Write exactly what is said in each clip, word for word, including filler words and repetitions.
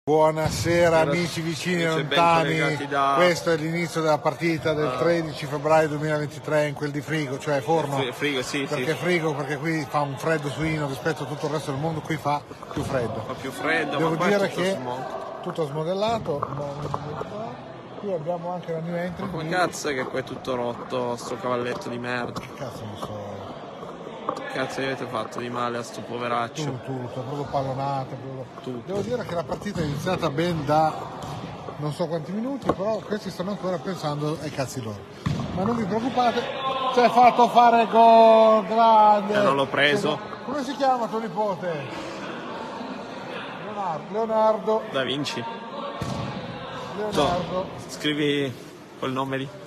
Buonasera amici vicini e lontani, da... questo è l'inizio della partita del tredici febbraio duemilaventitré in quel di Frigo, cioè Forno, frigo, sì, perché sì. Frigo perché qui fa un freddo suino rispetto a tutto il resto del mondo, qui fa più freddo. Fa più freddo, Devo ma dire tutto che smog. tutto smodellato, qui abbiamo anche la new entry. Ma come cazzo è che qua è tutto rotto, sto cavalletto di merda? Che cazzo non so. Che cazzo gli avete fatto di male a sto poveraccio? Tutto, tutto, proprio pallonate, proprio... Tutto. Devo dire che la partita è iniziata ben da non so quanti minuti, però questi stanno ancora pensando ai cazzi loro. Ma non vi preoccupate, ci hai fatto fare gol, grande! E non l'ho preso. Come si chiama tuo nipote? Leonardo. Leonardo. Da Vinci. Leonardo. So, scrivi col nome lì.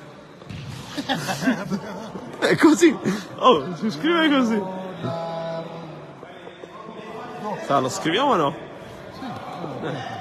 È così. Oh, si scrive così. Sa, lo scriviamo o no? Sì. Eh.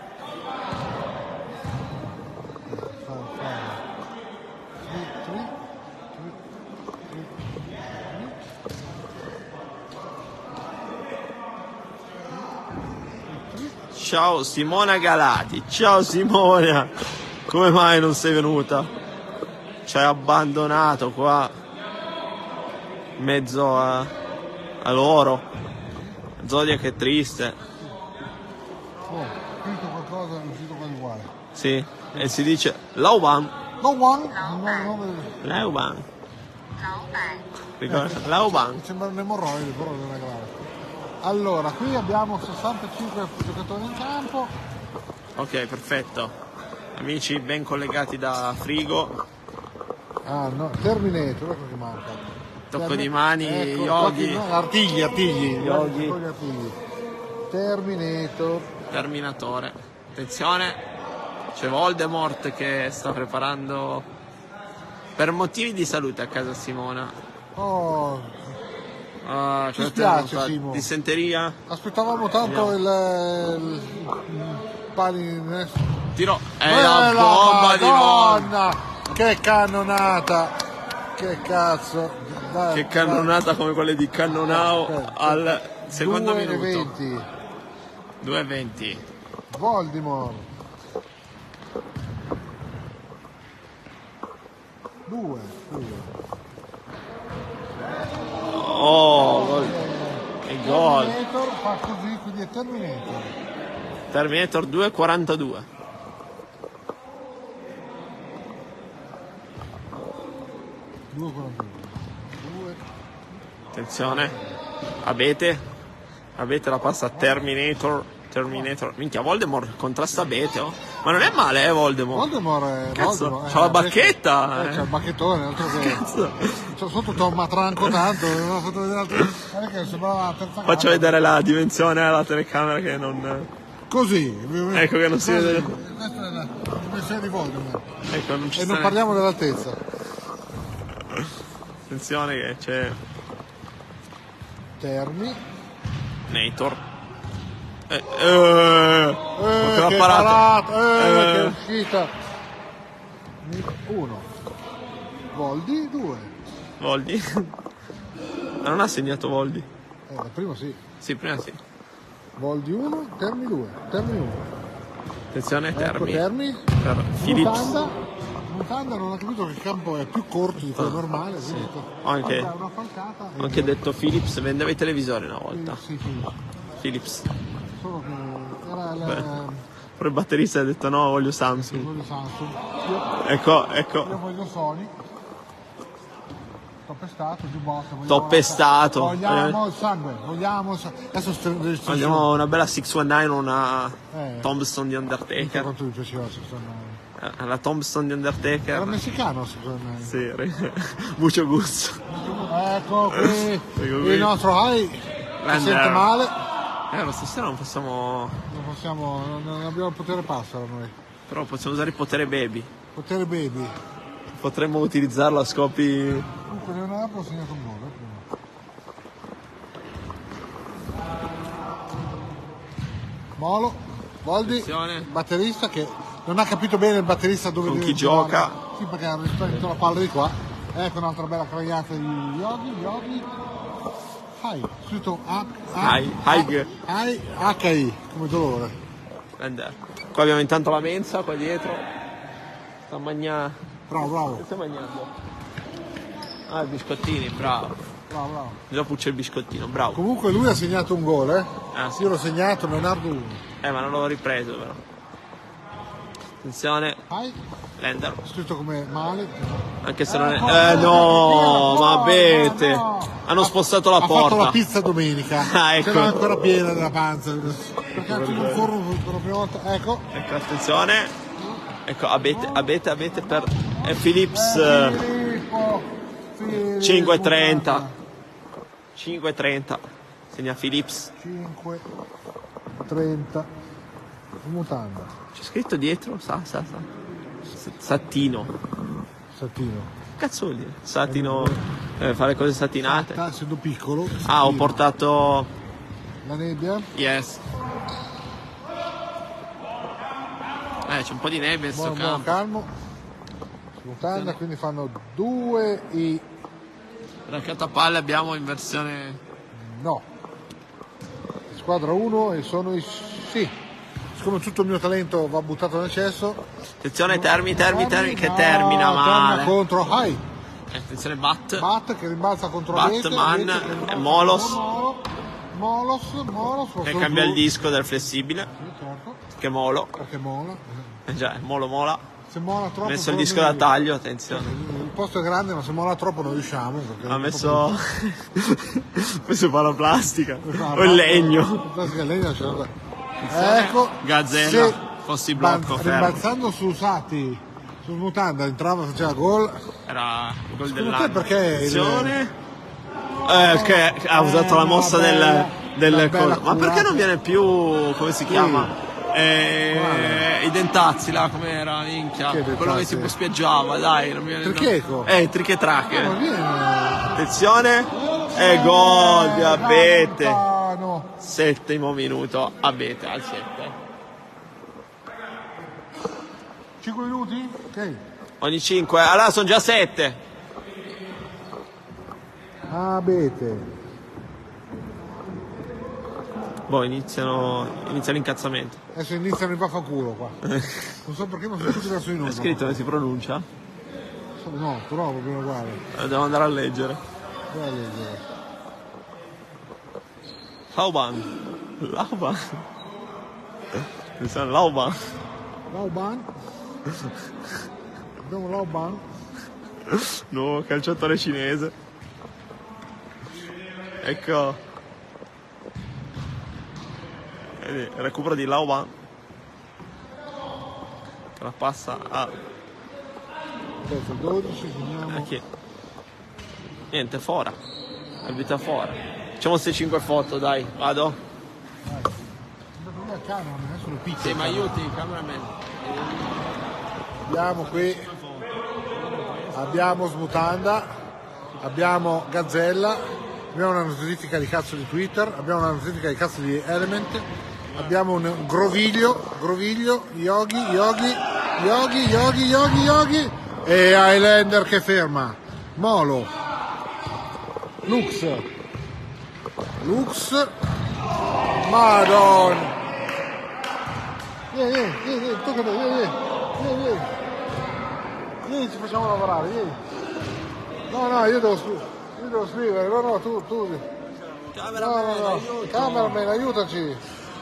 Ciao Simona Galati, ciao Simona, come mai non sei venuta? Ci hai abbandonato qua, in mezzo a, a loro, Zodiac è triste. Oh, scritto qualcosa, è uscito quasi uguale. Sì, e si dice Lauban. Lauban? Lauban. Ricorda? Lauban. Sembra un emorroide, però non è grave. Allora, qui abbiamo sessantacinque giocatori in campo. Ok, perfetto. Amici ben collegati da Frigo. Ah no, Terminator, ecco che manca. Tocco Termi- di mani, ecco, Yogi. tocchi- no, artigli, artigli. Yogi. Artigli. Terminator. Terminatore. Attenzione, c'è Voldemort che sta preparando per motivi di salute a casa Simona. Oh, Ah, ci spiace, fa Simo. Dissenteria. Aspettavamo tanto il, il, il palinestro. Tiro. È Eh, la bomba di Madonna! Che cannonata! Che cazzo! Dai, Che cannonata dai. come quelle di Cannonao Aspetta. al secondo due minuto. e venti. due e venti. Voldemort. due. Oh, gol. E gol. Terminator fa così, quindi è Terminator. Terminator due e quarantadue. due e quarantadue. due. Attenzione. Abete. Abete la passa a Terminator. Terminator. Minchia, Voldemort contrasta Abete, oh. Ma non è male, eh, Voldemort. Voldemort è Cazzo, Voldemort, c'ha eh, la bacchetta. Eh, Eh. c'ha il bacchettone, altro che. Cazzo. C'ho sotto Tom Matranco tanto, non ho fatto vedere altro. Guarda che sembrava la terza Faccio gamba. vedere la dimensione alla telecamera che non... Così. Ecco che non si Così. vede. Questa è la dimensione di Voldemort. Ecco, non ci E sta non ne- parliamo dell'altezza. Attenzione che c'è Termi. Nator. Eh, eh, Eh, che che parata. parata, eh, Eh. che uscita. Uno. Voldi, due. Voldi. Ma non ha segnato Voldi. Eh, prima sì. Sì, prima sì. Voldi uno, Termi due. Termi uno. Attenzione, Ecco Termi. Termi. Per Philips. Mutanda. Mutanda non ha capito che il campo è più corto di quello normale. Sì. Quindi Ho anche, fa una falcata. ho anche detto Philips vendeva i televisori una e- volta. Sì, sì. Philips. Solo che era Beh. la. Però il batterista ha detto no, voglio Samsung. Voglio Samsung. Io, Ecco, io ecco. voglio Sony. Toppestato, giubbotto. vogliamo Toppestato. la- Vogliamo il sangue. Vogliamo il sangue. Adesso st- st- Andiamo una bella sei diciannove, una Eh. Tombstone di Minchia, Undertaker. quanto mi piaceva Sixty-Nine. Eh, La Tombstone di Undertaker. Era messicano Sixty-Nine. Sì, re- mucho gusto. Ecco qui Ecco qui. il nostro Hai si Lander. sente male. Eh, ma stasera non possiamo. Non possiamo, non, non abbiamo il potere passero noi. Però possiamo usare il potere baby. Potere baby. Potremmo utilizzarlo a scopi. Comunque Leonardo ha segnato un gol. eh, prima. Molo, Voldi, Attenzione. batterista che non ha capito bene il batterista dove Con deve chi girare. gioca. Sì, perché ha rispedito la palla di qua. Ecco un'altra bella craiata di Yogi, Yogi. Hai, scritto H, Hai, Haig. Hai, H I, come dolore. Lender. Qua abbiamo intanto la mensa qua dietro. Sta mangiando. Bravo, bravo. Che stai mangiando? Ah, i biscottini, bravo. Bravo, bravo. Già puccia il biscottino, bravo. Comunque lui ha segnato un gol, eh? Ah, sì. Io l'ho segnato, Leonardo uno. Eh, ma non l'ho ripreso però. Attenzione, Vai. Lender. Scritto come male. Anche se non è... no, Eh no, no, ma Abete. no. Hanno spostato la Ha porta. fatto la pizza domenica. Ah, ecco. C'era ancora piena della panza. Perché anche in un forno per la prima volta. Ecco. Ecco, attenzione. Ecco, Abete, Abete, Abete per... E Philips... eh, Filippo, Filippo, cinque e trenta. cinque e trenta. Segna Philips. cinque trenta. Mutanda. C'è scritto dietro? Sa, sa, sa. S- Sattino. Sattino. Cazzo vuol dire? Satino. Eh, fare cose satinate. Satta, essendo piccolo. Ah, ho Sattino. portato. La nebbia. Yes. Eh, c'è un po' di nebbia in sto Buono, buono, campo. calmo. Mutanda, quindi fanno due i... Raccattapalle abbiamo in versione. No. Squadra uno e sono i... Sì. Siccome tutto il mio talento va buttato nel cesso. Attenzione, Termi, Termi, Termi che no, termina male. Termina contro Hai. Eh, Attenzione, Bat. Bat che rimbalza contro Batman Abete, Abete che rimbalza e Molos. contro Molo. Molos, Molos. Che solo cambia blu. il disco del flessibile. Sì, certo. Che molo. Perché mola. Eh già, molo mola. Se mola troppo... Ha messo il però disco noi- da taglio, attenzione. Il posto è grande, ma se mola troppo non riusciamo. perché Ha è messo. Ha messo la plastica. proprio- O il legno. Plastica e legno, c'è da- Ecco. Gazzella, se fossi blocco, ban- fermo. rimbalzando su Sati, su Mutanda, entrava e faceva gol. Era il gol Secondo te dell'anno. perché il- Attenzione. Eh, che ha usato Eh, la mossa una del, bella- del una bella coso. Ma perché non viene più, come si chiama? Eh, I dentazzi là, com'era, minchia. Che Quello che dentazzi? tipo spiaggiava, dai. Non mi viene il nome. Tricheco? Eh, trichetrache. Ma viene. Attenzione. E gol di Abete. Lontano. Settimo minuto, Abete al sette. cinque minuti? Ok. Ogni cinque, allora sono già sette. Abete. Boh, iniziano, inizia l'incazzamento. Adesso iniziano i vaffanculo qua. Non so perché, ma sono tutti verso di noi. È scritto come si pronuncia? No, però proprio uguale. Eh, Devo andare a leggere. Vai a leggere. Lauban. Lauban. Mi sa Lauban. Lauban. Abbiamo Lauban. Nuovo calciatore cinese. Ecco. Vedi, recupero di Lauban. Che la passa a. Adesso dodici, segniamo. a chi? Niente, fora. Arbitra fora. Facciamo queste cinque foto, dai, vado. Andiamo via il cameraman, adesso lo picchia. Sì, il ma cameraman. aiuti, cameraman. Abbiamo qui, abbiamo Smutanda, abbiamo Gazzella, abbiamo una notifica di cazzo di Twitter, abbiamo una notifica di cazzo di Element, abbiamo un Groviglio, Groviglio, Yogi, Yogi, Yogi, Yogi, Yogi, Yogi e Highlander che ferma, Molo, Lux, Lux, Madon. Vieni, vieni, vieni, vieni, tocca a te, vieni, vieni, vieni, vieni. Vieni, ci facciamo lavorare, vieni. No, no, io devo, scri- io devo scrivere, no, no, tu, tu. No, no, no, cameraman, aiutaci.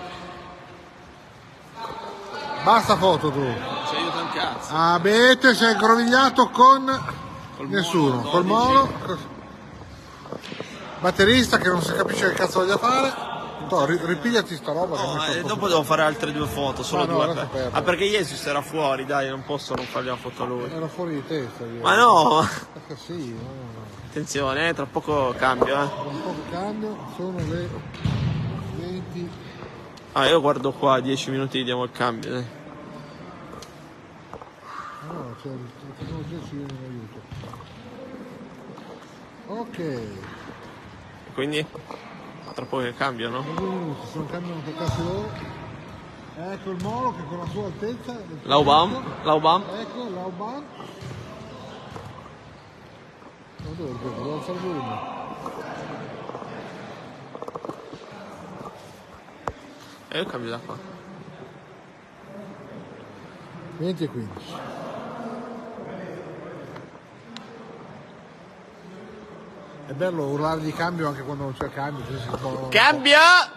Basta foto tu. Ci aiuta un cazzo. Abete si è aggrovigliato con Col nessuno, Molo, col dodici. Molo. Batterista che non si capisce che cazzo voglia fare. No, ri- ripigliati sta roba che No, mi fa e un po' dopo devo fare altre due foto, solo Ma no, due. lascia per- perdere. Ah, perché Jesus era fuori, dai, non posso non fargli la foto a lui. Era fuori di testa io. Ma no! Perché sì, no, no. Attenzione, eh, tra poco cambio, eh. Tra un po' che cambio, sono le venti. Ah, io guardo qua, dieci minuti diamo il cambio, dai. No, cioè, la tecnologia ci viene in aiuto. Ok, Quindi? Tra poco che cambio, no? due minuti, se non cambiano per cazzo loro. Ecco il Molo che con la sua altezza. del Laubam, progetto. Laubam. Ecco Lauban. Ma dove è quello? Devo alzare il volume. E io cambio da qua. venti e quindici. È bello urlare di cambio anche quando non c'è cambio. Così si può... Cambia!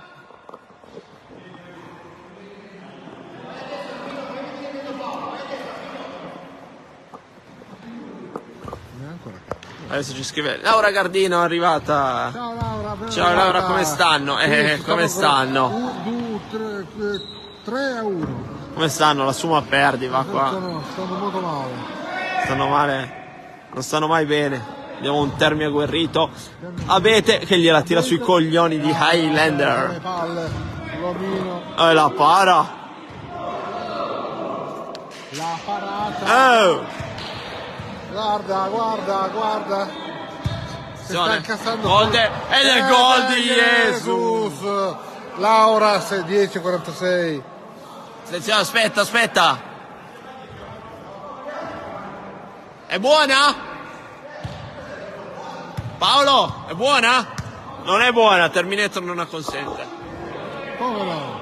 Adesso ci scrive Laura Gardino è arrivata. Ciao Laura, ciao Laura, come stanno? Eh, come stanno? tre a uno. Come stanno? La summa perdi, va qua. Stanno, stanno molto male. Stanno male, non stanno mai bene. Abbiamo un termine agguerrito. Abete che gliela tira sui coglioni di Highlander. E la para. La parata. Oh. Guarda, guarda, guarda. Si sta incassando. Gol de... Ed è il gol di Jesus. Laura dieci quarantasei. Attenzione, aspetta, aspetta. È buona? Paolo, è buona? Non è buona, Terminator non la consente. Come no?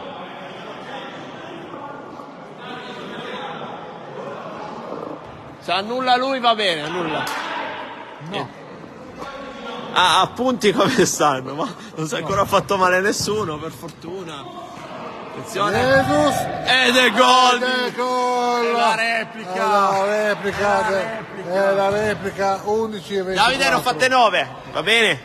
Se annulla lui va bene, annulla. No. Ah, appunti come stanno, ma non si è ancora fatto male nessuno, per fortuna. Attenzione. Jesus. Ed è gol! Ed è gol! È la replica! È la replica! È la replica, è la replica undici e ventiquattro. Davide, ne ho fatte nove, va bene?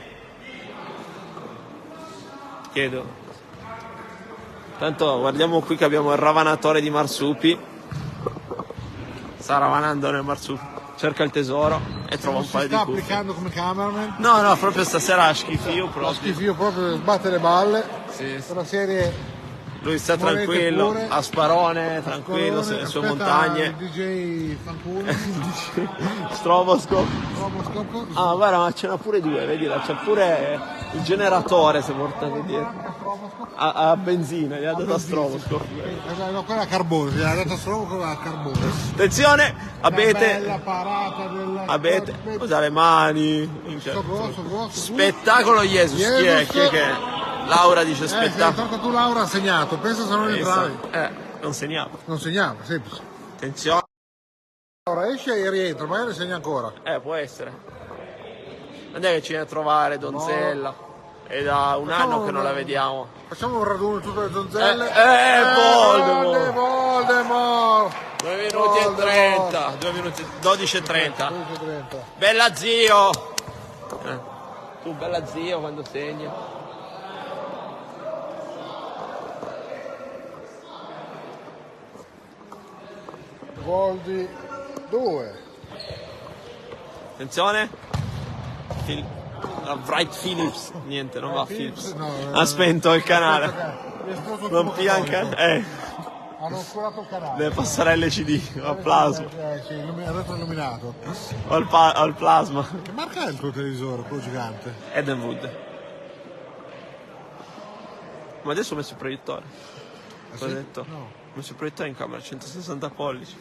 Chiedo. Tanto guardiamo qui che abbiamo il ravanatore di marsupi. Sta ravanando nel marsupi. Cerca il tesoro e trova un paio di sta cuffie. applicando come cameraman. No, no, proprio stasera ha schifio proprio. Ha schifio proprio, sbatte le balle. Sì, sì. Per la serie. Lui sta tranquillo, pure. A Sparone, tranquillo, sulle sue montagne. Il D J Fanculo. Stroboscope. Stroboscope. Ah, guarda, ma ce n'ha pure due, vedi là, c'è pure il generatore se portate dietro. A, a benzina, gli ha dato a Stroboscope. Eh, no, quella a carbone, gli ha dato a Stroboscope a carbone. Attenzione, Abete. La parata della Abete. Usa le mani. Grosso, grosso, grosso. Spettacolo Jesus, Jesus. Chi è? Chi è che è? Laura dice spettacolo. Eh, tu Laura ha segnato, pensa se non entravi. Eh, non segnava. Non segnava, semplice. Attenzione. Laura esce e rientra, magari segna ancora. Eh, può essere. Non è che ci viene a trovare Donzella. No. È da un facciamo anno che non la vediamo. Facciamo un raduno di tutte le donzelle. Eh, eh, eh Voldemort. Voldemort. due minuti e trenta. due minuti, dodici e trenta. Bella zio. Eh. Tu bella zio quando segni. Voldi due. Attenzione. Fil- la Wright Phillips. Niente, non va Phillips. No, ha spento il canale. Non pianca. Eh. Hanno oscurato il canale. Deve passare L C D. Al plasma. Eh sì, il retro illuminato. O al, pa- al plasma. Che marca è il tuo televisore, quello gigante? Edenwood. Ma adesso ho messo il proiettore. Ah, L'ho sì? detto. No. Ho messo il proiettore in camera, centosessanta pollici.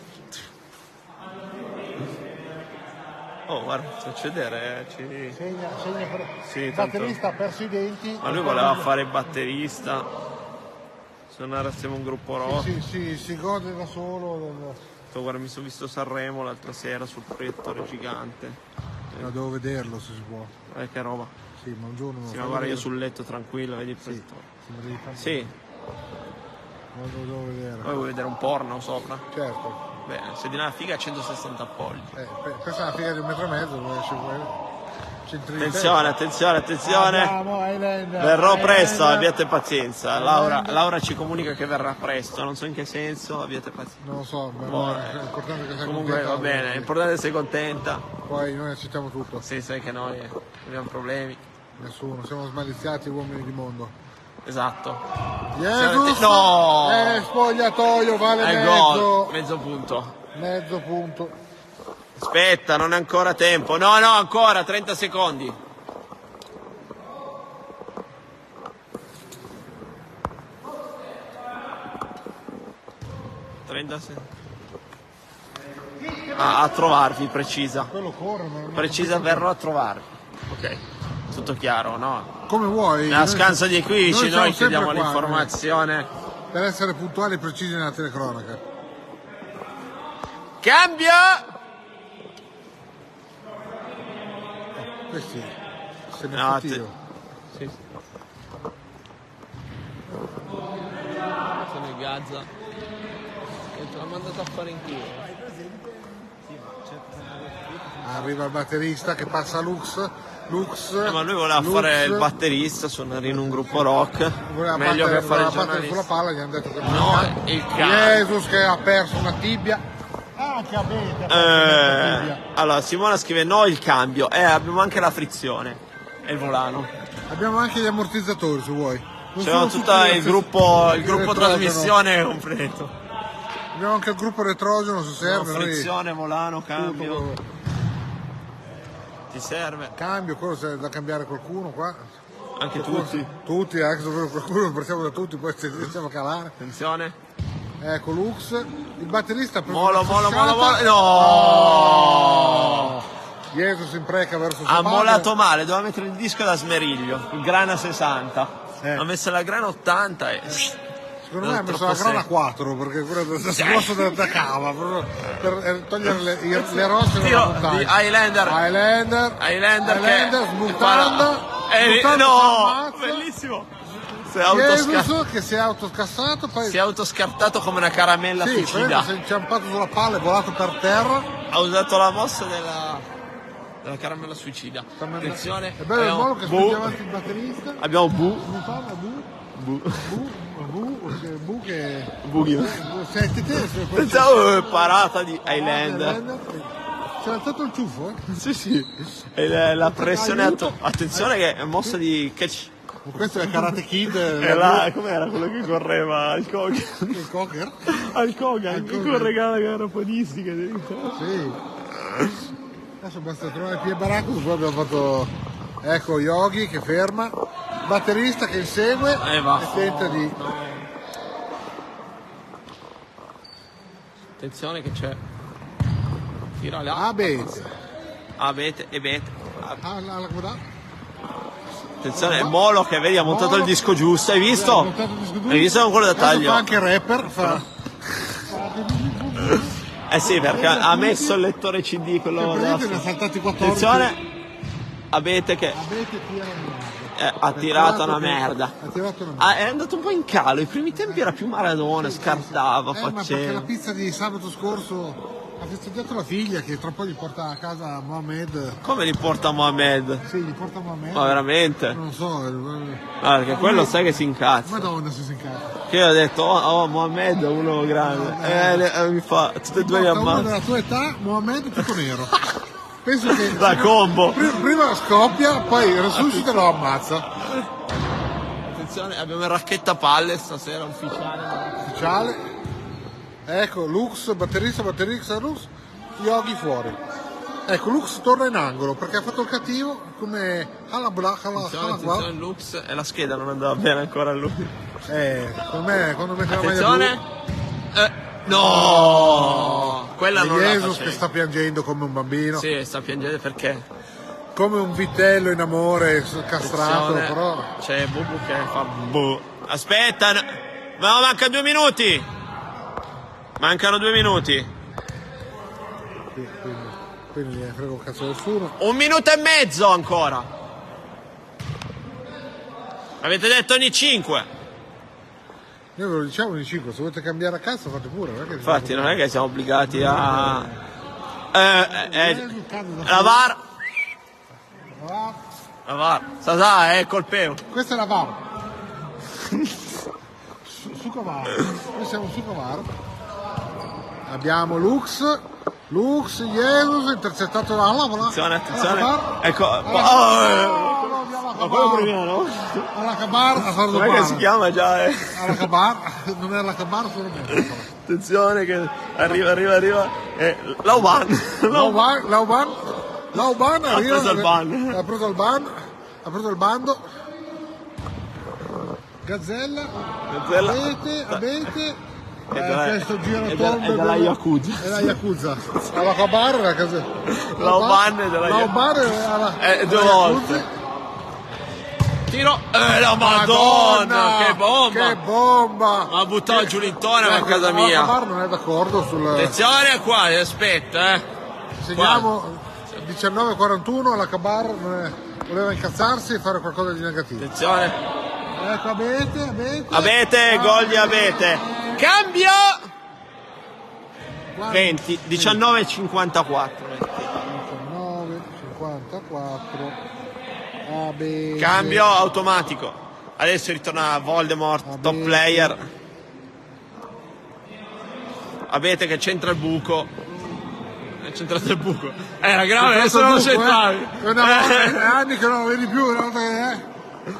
Oh, guarda, faccio vedere. Eh, ci... Segna, segna per... Sì, il batterista ha perso i denti. Ma lui voleva fare il batterista. Se non restiamo un gruppo rock. Sì, sì, sì, si gode da solo. Del... So, guarda, mi sono visto Sanremo l'altra sera sul proiettore gigante. Ma devo vederlo se si può. Eh, che roba. Sì, ma un giorno non sì, ma guarda, io sul letto tranquillo, vedi il proiettore. Sì. Sì. Non lo devo vedere. Poi vuoi vedere un porno sopra? Certo. Bene, se di una figa a centosessanta pollici. Eh, questa è una figa di un metro e mezzo, dove ci vuoi. Attenzione, attenzione, attenzione. Andiamo, Highlander, Verrò Highlander. presto, abbiate pazienza. Laura, Laura ci comunica che verrà presto, non so in che senso, abbiate pazienza. Non lo so, ma Boh, è importante che sei comunque contenta. va bene, è importante che sei contenta. Poi noi accettiamo tutto. Sì, sai che noi abbiamo problemi. Nessuno, siamo smaliziati uomini di mondo. Esatto. Jesus! No! Eh, spogliatoio, vale è mezzo. Gol, mezzo punto. Mezzo punto. Aspetta, non è ancora tempo. No, no, ancora, trenta secondi. trenta secondi. Ah, a trovarvi, precisa. Quello corre, ma non Precisa, verrò a trovarvi. Ok, tutto chiaro, no? Come vuoi. Nella scansa di equivoci noi, noi chiediamo l'informazione. Per essere puntuali e precisi nella telecronaca. Cambio! Questi se ne No, fottio. te- Sì, sì. Sono il Gazza. Che te l'ha mandato a fare in culo. Arriva il batterista che passa a Lux. Lux. Eh, ma lui voleva Lux, fare il batterista, suonare in un gruppo rock. voleva Meglio battere, che fare il voleva battere sulla giornalista. palla, gli hanno detto che No, il cambio. Jesus che ha perso una tibia. Ah, che avete perso una Eh, tibia. allora, Simona scrive no il cambio. Eh, abbiamo anche la frizione. E il volano. Abbiamo anche gli ammortizzatori se vuoi. Non C'è sono tutto tutti il gli gruppo, il il gruppo retrogeno. trasmissione completo. Abbiamo anche il gruppo retrogeno se No, serve. noi- frizione, volano, cambio. tutto- Ti serve? Cambio, quello c'è da cambiare qualcuno qua. Anche tutti. Tutti, anche se qualcuno partiamo da tutti, poi ci iniziamo a calare. Attenzione. Ecco Lux, il batterista ha preso Molo, una molo, molo, fuscata. molo. No! Jesus impreca verso suo Ha padre. molato male, doveva mettere il disco da smeriglio, il grana sessanta. Eh. Ha messo la grana ottanta e... Secondo me ha Non messo troppo la grana secco. quattro perché quello è grosso da, da cava proprio per eh, togliere le, i- le rocce Tiro dalla di montagna. Highlander. Highlander, Highlander, Highlander che smontando, Eh, smontando no, si ammazza. bellissimo. Si è, autosca- Jesus che si è autoscassato, poi si è autoscartato come una caramella sì, suicida. praticamente si è inciampato sulla palla e volato per terra. Ha usato la mossa della, della caramella suicida. Sta mandando- Attenzione. È bello il abbiamo modo che Bu. spinge avanti il batterista. Abbiamo Bu. Come parla Bu? Bu. Bu, Bu, che- Bu che... Bughi. Bu, senti te, se poi c'è- Pensavo parata di Highlander. Si è alzato il ciuffo, eh? Sì, sì. E la, la pressione. Aiuto. atto- Attenzione che è mossa di catch. Questo è Karate Kid, E là, com'era quello che correva al Kogan? il cocker. Al Kogan, che Kogan. corre la gara podistica. Sì. Adesso basta trovare il piede baracco, poi abbiamo fatto... Ecco Yogi che ferma, batterista che insegue Eh, va. e tenta di... Attenzione che c'è. Tira là. Abete. Abete e bete. Ah, la, la coda. Attenzione, Molo che vedi ha montato Molo. il disco giusto, hai visto? Ha montato il disco giusto. Hai visto con quello da Adesso taglio? fa anche rapper, fa... Eh sì, perché ha messo il lettore C D, quello Che della- prende, ne ha saltati quattordici. Attenzione, Abete che Abete tira una merda. eh, ha tirato una merda. Ha tirato una merda. Ah, è andato un po' in calo, ai primi tempi era più Maradona, scartava, Eh, ma perché faceva. la pizza di sabato scorso ha festeggiato la figlia che tra un po' gli porta a casa Mohamed. Come li porta Mohamed? Sì, gli porta Mohamed. Ma veramente? Non so. eh, Ah, perché quello sai che si incazza. Madonna se si incazza. Che io ho detto, oh, oh Mohamed è uno grande. Eh, le- eh, mi fa, tutte e due li Porta uno ammazza. della tua età, Mohamed tutto nero. Penso che La combo. Prima, prima scoppia, poi resuscita e lo ammazza. Attenzione, abbiamo il racchetta palle stasera ufficiale. Ufficiale. Ecco, Lux, batterista, batterista, Lux, Yogi fuori. Ecco, Lux torna in angolo perché ha fatto il cattivo come alla bla, alla, Attenzione, alla bla. attenzione, Lux e la scheda non andava bene ancora a lui. Eh, per me quando mette la maglia Attenzione. Eh, no! Quella blu, non la Jesus che facevo. sta piangendo come un bambino, Sì, sta piangendo perché? come un vitello in amore castrato, Attenzione, però c'è Bubu che fa bu. Aspetta, no, ma manca due minuti. Mancano due minuti. sì, quindi, quindi ne frega un cazzo nessuno. Un minuto e mezzo ancora. Avete detto ogni cinque. Noi ve lo diciamo di cinque, se volete cambiare a cazzo fate pure. Non è che Infatti non è che siamo obbligati a... Eh, eh, eh, la VAR. Ah, La VAR. Sasà è colpevole. questa è la V A R. su, su Cavar. Noi siamo su Cavar. Abbiamo Lux, Lux, Jesus, intercettato dalla alla Attenzione, attenzione. Alla Ecco. Cavar. Oh, Alla ma quello Cavar. prima, no? Alla Cabar a fare Com'è che si chiama già? Eh? Alla Cabar, non è alla Cabar, solo me. Attenzione che arriva, arriva, arriva. Eh, Lauban. Lauban, Lauban, Lauban Ha arriva, preso il ban. ha preso il ban, ha preso il bando. Gazzella, Gazzella. Abete, Abete, È eh, della- questo giro è della- tondo è della quello- Yakuza. è la Yakuza. Alla Cabar, la casa. Lauban è della Lauban è alla Eh, due alla volte. Yakuza. Tiro. Eh, la Madonna, Madonna, che bomba! Che bomba! Ma ha buttato giù l'intona a casa mia. La non è d'accordo sul... Attenzione qua, aspetta, eh. Segniamo diciannove quarantuno, la Cabar voleva incazzarsi e fare qualcosa di negativo. Attenzione. Ecco, Abete, Abete. Abete, gol di Abete. Cambio! venti, diciannove cinquantaquattro. diciannove cinquantaquattro. Abete. Cambio automatico. Adesso ritorna Voldemort, Abete. Top player. Abete che c'entra il buco. È centrato il buco. Era grave, adesso non lo centravi. Eh? È anni che non lo vedi più. Una volta che è.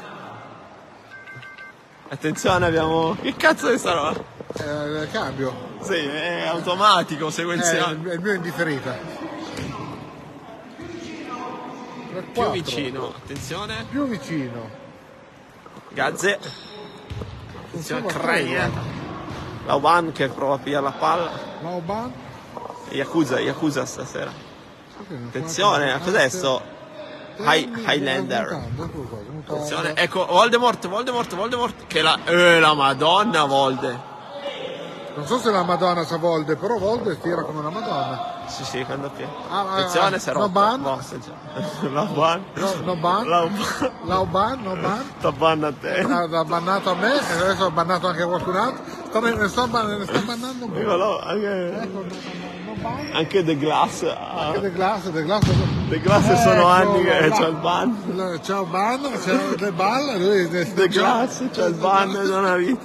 Attenzione, abbiamo... Che cazzo è sta roba? Eh, il cambio. Sì, è automatico, sequenziale. Eh, il mio è indifferita. Più vicino, attenzione. Più vicino. Gazze. Attenzione, Crane. Lauban che prova a pigliare la palla. Lauban. Yakuza, Yakuza stasera. Attenzione, adesso High, Highlander. Attenzione, ecco Voldemort, Voldemort, Voldemort. Che la. Eh, la Madonna Volde. Non so se la Madonna sa Volde, però Volde tira come una Madonna. Sì, sì, quando più. Ah, attenzione, ah, se no ban. No ban. No ban. No ban, no ban. T'ha bannato a te. Ha bannato a me e adesso ha bannato anche qualcun altro. Sta, ne, sta, ne sta bannando un po'. No, anche, ecco, no ban. Anche The Glass. Anche The Glass, The Glass. The Glass eh, sono anni che c'è il ban. C'è il ban, c'è The Ball, lui The, The Glass, c'è il ban da una vita.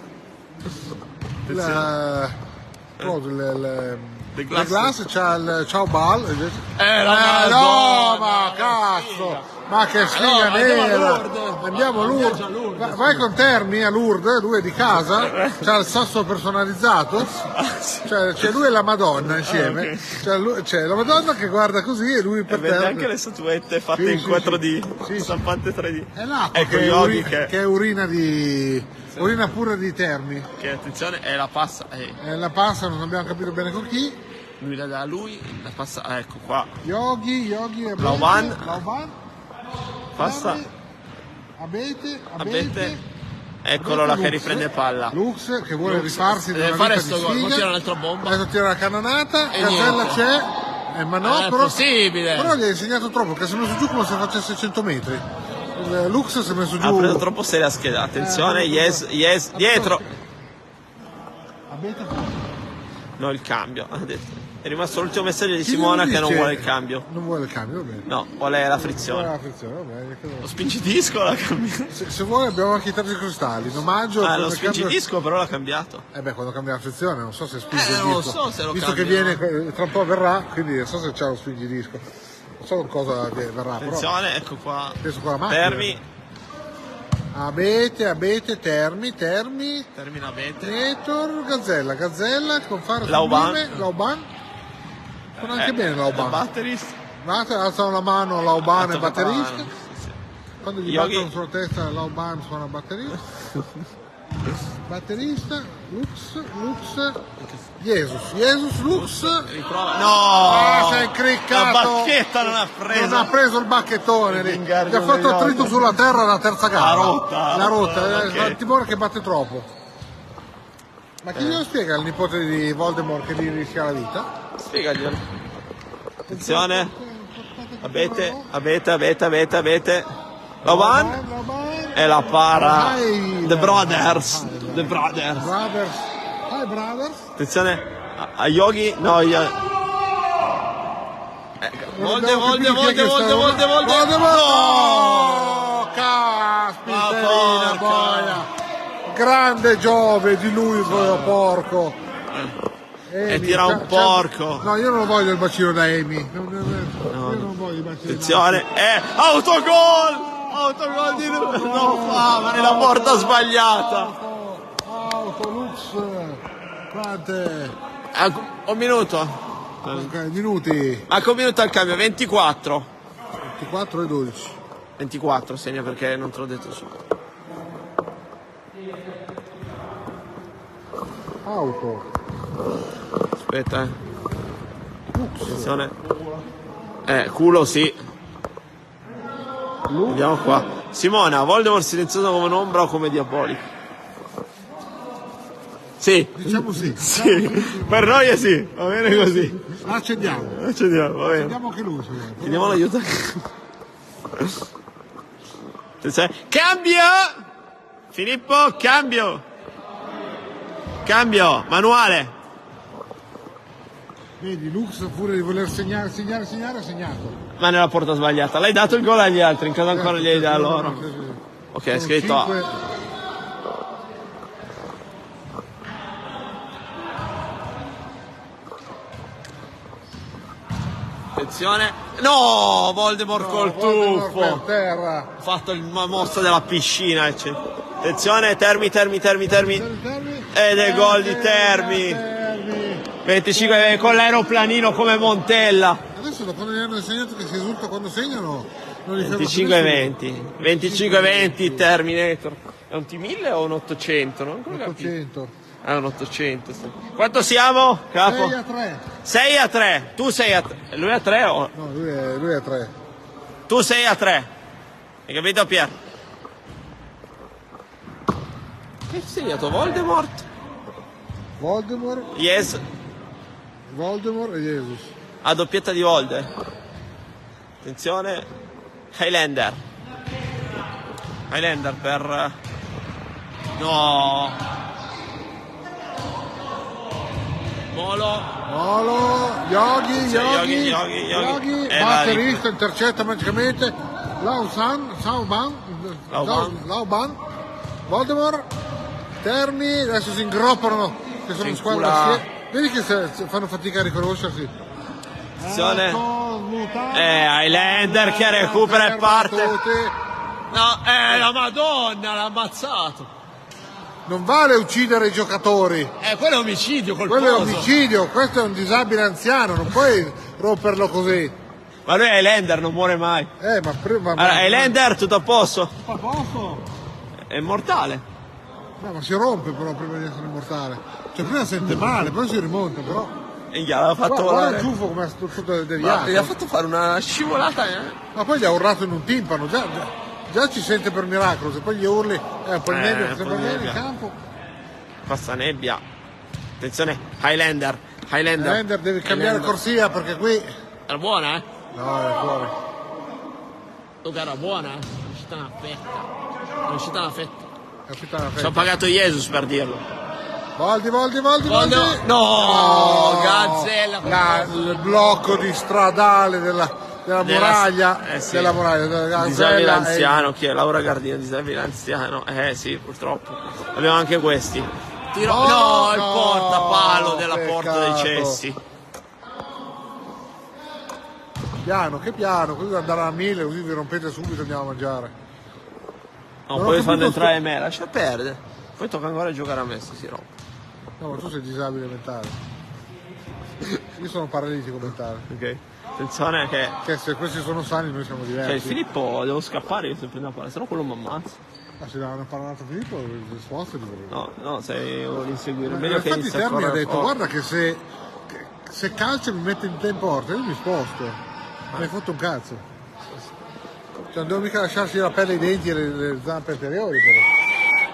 La, cosa, le, le, The Glass, The Glass c'ha il ciao Ball. Eh, la eh no, ma cazzo! Ma che sfiga no, nera! Andiamo a Lourdes. Va, vai con Termi a Lourdes, lui è di casa, c'ha il sasso personalizzato, cioè, cioè lui e la Madonna insieme. Okay. C'è, lui, c'è la Madonna che guarda così e lui per e vede terra. Anche le statuette fatte sì, in sì, quattro D, sì, stampante tre D. È là, ecco che, è Yogi urina, che... che è urina di. Sì. Urina pura di Termi. Che attenzione, è la passa. È... È la passa, non abbiamo capito bene con chi. Lui la dà a lui, la passa. Ah, ecco qua. Yogi, Yogi e Lauban. Lauban. Passa. Abete, Abete. Abete. Eccolo là che riprende palla. Lux che vuole Lux. rifarsi deve fare sto gol, poi tira un'altra bomba. Adesso tira la cannonata, Gazzella c'è. Eh, ma no, è però, possibile. Però gli ha insegnato troppo, che si è messo giù come se facesse cento metri. Il Lux si è messo giù. Ha preso troppo seria scheda. Attenzione, eh, yes, yes, dietro. Abete. No, il cambio. Ha detto. È rimasto l'ultimo messaggio di Simona che non vuole il cambio. Non vuole il cambio, va bene. No, vuole la frizione. Vuole la frizione, va bene. Lo spingidisco l'ha cambiato. Se, se vuole abbiamo anche i terzi cristalli. In omaggio. Ah, lo spingidisco cambio... però l'ha cambiato. Eh beh, quando cambia la frizione, non so se spinge eh, il non disco. so se lo Visto cambia. che viene, tra un po' verrà, quindi non so se c'è lo spingidisco. Non so cosa che verrà. Attenzione, però, ecco qua. Penso con la macchina. Fermi. Abete, Abete, Termi, Termi. Termina Abete. Netor, Gazzella, Gazzella con fare Lauban. Lauban. Fanno anche eh, bene Lauban. Batterista. Alzano la mano Lauban e batterista. Sì, sì. Quando gli Yogi. battono sulla testa Lauban suona batterista. Batterista, Lux, Lux, Jesus, Jesus, Lux. Riprova. No! Ah, sei incriccato. La bacchetta non ha preso. Non ha preso il bacchettone lì. Gli ha fatto attrito sulla terra la terza gara. La rotta. La rotta, okay. Il timore che batte troppo. Ma chi eh. glielo spiega al nipote di Voldemort che gli rischia la vita? Spiegaglielo. Attenzione. Abete, abete, abete, abete, abete. Lauban. E la para. Hi, The Brothers. The Brothers. Brothers. Hi brothers. Attenzione. A, a Yogi. No, io. Eh, volde, volde, volde, volde, volde, volde. No! Caspiterina boia. Grande Giove di lui, quello porco. E Amy, tira un porco. No, io non voglio il bacino da Amy. Non, non, no. Io non voglio il bacino. Attenzione. Eh, autogol! Autogol di lui. No, fa, ma nella porta sbagliata. Auto, auto Lux. Quante? Eh, un minuto. Ok, minuti. Manca un minuto al cambio, ventiquattro. ventiquattro e dodici. ventiquattro, segna perché non te l'ho detto su. Auto. Aspetta, eh. Attenzione. Eh, culo sì. Vediamo qua. Simona, Voldemort silenzioso come un'ombra o come diabolico? Sì. Diciamo sì. Sì. Per noi è sì, va bene così. Accendiamo. Accendiamo, va bene. Accendiamo anche lui. Se vuoi. Chiediamo l'aiuto. Cambio! Filippo, cambio! Cambio, manuale. Vedi, Lux pure di voler segnare, segnare, segnare, ha segnato. Ma nella porta sbagliata. L'hai dato il gol agli altri, in caso ancora gli hai dato loro. Ok, è scritto. cinque... Attenzione. No, Voldemort no, col Voldemort tuffo. per terra. Ha fatto il mossa della piscina. Eccetera. Attenzione, Termi, Termi, Termi, Termi. Ed è gol di Termi. venticinque con l'aeroplanino come Montella. Adesso da quando gli hanno insegnato che si esulta quando segnano, non li venticinque venti. venticinque venti Terminator. È un T mille o un ottocento? Non ancora ottocento. Ah, un ottocento. Sì. Quanto siamo, capo? sei a tre. sei a tre. Tu sei a tre. Lui a tre o? No, lui è, lui è a tre. Tu sei a tre. Hai capito, Pier? Che hai segnato? Voldemort? Voldemort, Yes. Voldemort e Jesus. A doppietta di Volde. Attenzione. Highlander. Highlander per... No. Molo. Molo, Yogi, Sì, Yogi, Yogi, Yogi, Yogi. Eh, batterista, intercetta magicamente. Lausan, Sauban, Lauban. Lauban, Voldemort, Termi, adesso si ingroppano, che sono Si squadra incula. assieme. Vedi che se, se fanno fatica a riconoscersi. Attenzione. Ecco, mutante. Eh, Highlander che recupera e parte. Tutti. No, eh, la Madonna, l'ha ammazzato. Non vale uccidere i giocatori. Eh, quello è omicidio colposo. Quello è omicidio, questo è un disabile anziano, non puoi romperlo così. Ma lui è Highlander, non muore mai. Eh, ma prima. Allora, Highlander, tutto a posto? A posto? È immortale. No, ma si rompe però prima di essere immortale. Cioè prima sente male, poi si rimonta, però. E gli ha fatto Guarda, guarda volare. il tuffo come è tutto Ma deviato. gli ha fatto fare una scivolata, eh? Ma poi gli ha urlato in un timpano, già, già, già ci sente per miracolo, se poi gli urli, eh, un po' di Eh, nebbia, un sembra po' di bene in nebbia. campo. Passa nebbia. Attenzione, Highlander. Highlander. Ender devi cambiare Highlander. corsia perché qui. Era buona, eh? No, è fuori. Luca era buona, eh? È uscita una fetta. È uscita una fetta. È uscita una Ci ho fetta. pagato Jesus per dirlo. Voldi, Voldi, Voldi, Voldi. Voldi- no, Gazzella. La- il blocco di stradale della, della Della- muraglia. eh sì. Della muraglia. Della Disabile Gazzella e- anziano, chi è? Laura Gardino, disabile anziano. Eh sì, purtroppo. Abbiamo anche questi. Tiro... Oh, no, il no, portapalo della porta dei peccato. cessi. Piano, che piano, così andare a mille, così vi rompete subito e andiamo a mangiare. No, Non ho poi capito fanno entrare sto- me, lascia perdere. Poi tocca ancora giocare a me se si rompe. No, ma tu sei disabile mentale. Io sono paralitico mentale. Ok. Attenzione che. Che se questi sono sani noi siamo Cioè, diversi. Filippo, devo scappare io se prendo la palla, sennò quello mi ammazza. Ma se hanno parlato Filippo, risposte di No, no, se vuoi inseguire. Ma Meglio che infatti inizia a Termi ha correre detto, forte. guarda che se, che- se calcia mi mette in tempo porta, io mi sposto. Mi hai fatto un cazzo. Cioè non devo mica lasciarsi la pelle ai denti e le, le zampe anteriori però.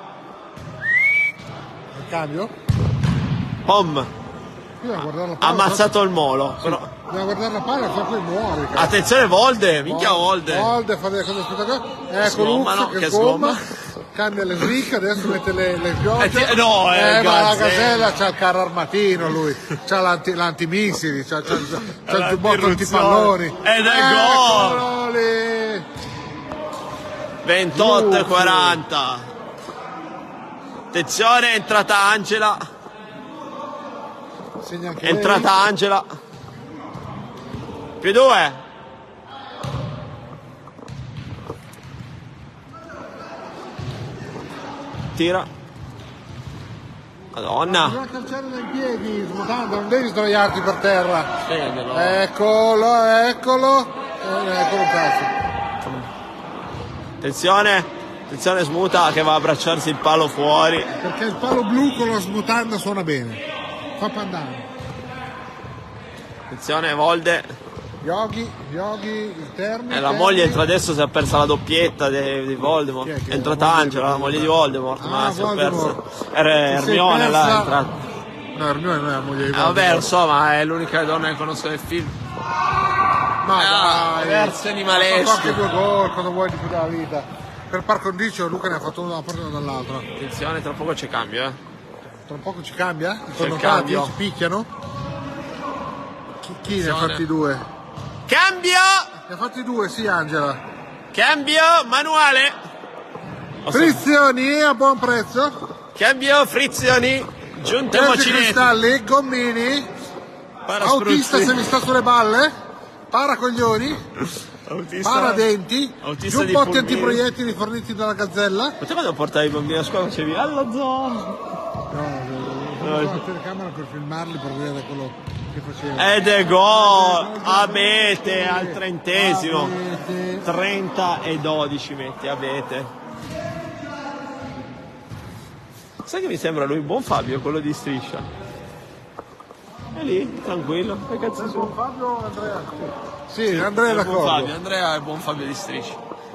Il cambio? Pom! Io devo guardare la Ha palla. ammazzato il molo. so- Però... Devo guardare la palla, so poi muore. cazzo. Attenzione, Volde! Minchia Volde! Volde fa delle cose spettacolari. Ecco Sgommano, Lux che, che sgomma. sgomma. Cambia le svicche, adesso mette le, le piogge. Eh, ti- no, è eh, ma la Gazzella. Gazella c'ha il carro armatino lui, c'ha l'anti, l'antimissili, c'ha, c'ha, c'ha, c'ha il giubbotto L'antirruzione. antipalloni. Ed è gol! Eccolo lì! ventotto e Lux. quaranta. Attenzione, è entrata Angela. Segna anche È entrata Angela. Più due. Tira. Madonna. Bisogna calciare dai piedi, svuotando, non devi sdraiarti per terra. Spiegalo. Eccolo, eccolo. Eh, eccolo un cazzo. Attenzione. Attenzione Smuta che va a abbracciarsi il palo fuori. Perché il palo blu con la smutanda suona bene. Fa pandano. Attenzione Volde. Yogi, Yogi, il termine. E la moglie entra adesso, si è persa la doppietta di, di Voldemort. Chi è che È entrata la moglie Angela, la di moglie di Voldemort, Ah, ma si è Voldemort. persa. Era Ti sei Hermione là, è persa- entrata. No, Hermione non è la moglie di Eh, vabbè, lo Voldemort. so, ma è l'unica donna che conosco del film. Ma Ah, dai, versi ha animaleschi. fatto anche due gol, cosa vuoi di più dalla vita? Per par condicio Luca ne ha fatto una da una parte e una dall'altra. Attenzione, tra poco c'è cambio, eh. Tra un poco ci cambia? C'è Sono il cambio. Ci picchiano? Chi, chi ne ha Attenzione. fatti due? Cambio! Ne ha fatti due, sì Angela. Cambio manuale! Oh, Frizioni a buon prezzo. Cambio, frizioni, giunte Terzi mocineti. cristalli, gommini. Para Autista spruzzi. se mi sta sulle balle. Paracoglioni. Autista. Paradenti. Autista di Giubbotti pulmini. antiproiettili forniti dalla Gazzella. Ma te quando portavi i bambini a scuola facevi alla zoo? No, no, no, la telecamera per filmarli per vedere quello che faceva. Ed è gol! Abete al trentesimo. Abete. trenta e dodici metti Abete. Sai che mi sembra lui buon Fabio, quello di Striscia? È lì, tranquillo, che cazzo Buon suo? Fabio Andrea. Sì, Andrea è È il buon d'accordo. Fabio, Andrea è il buon Fabio di Striscia.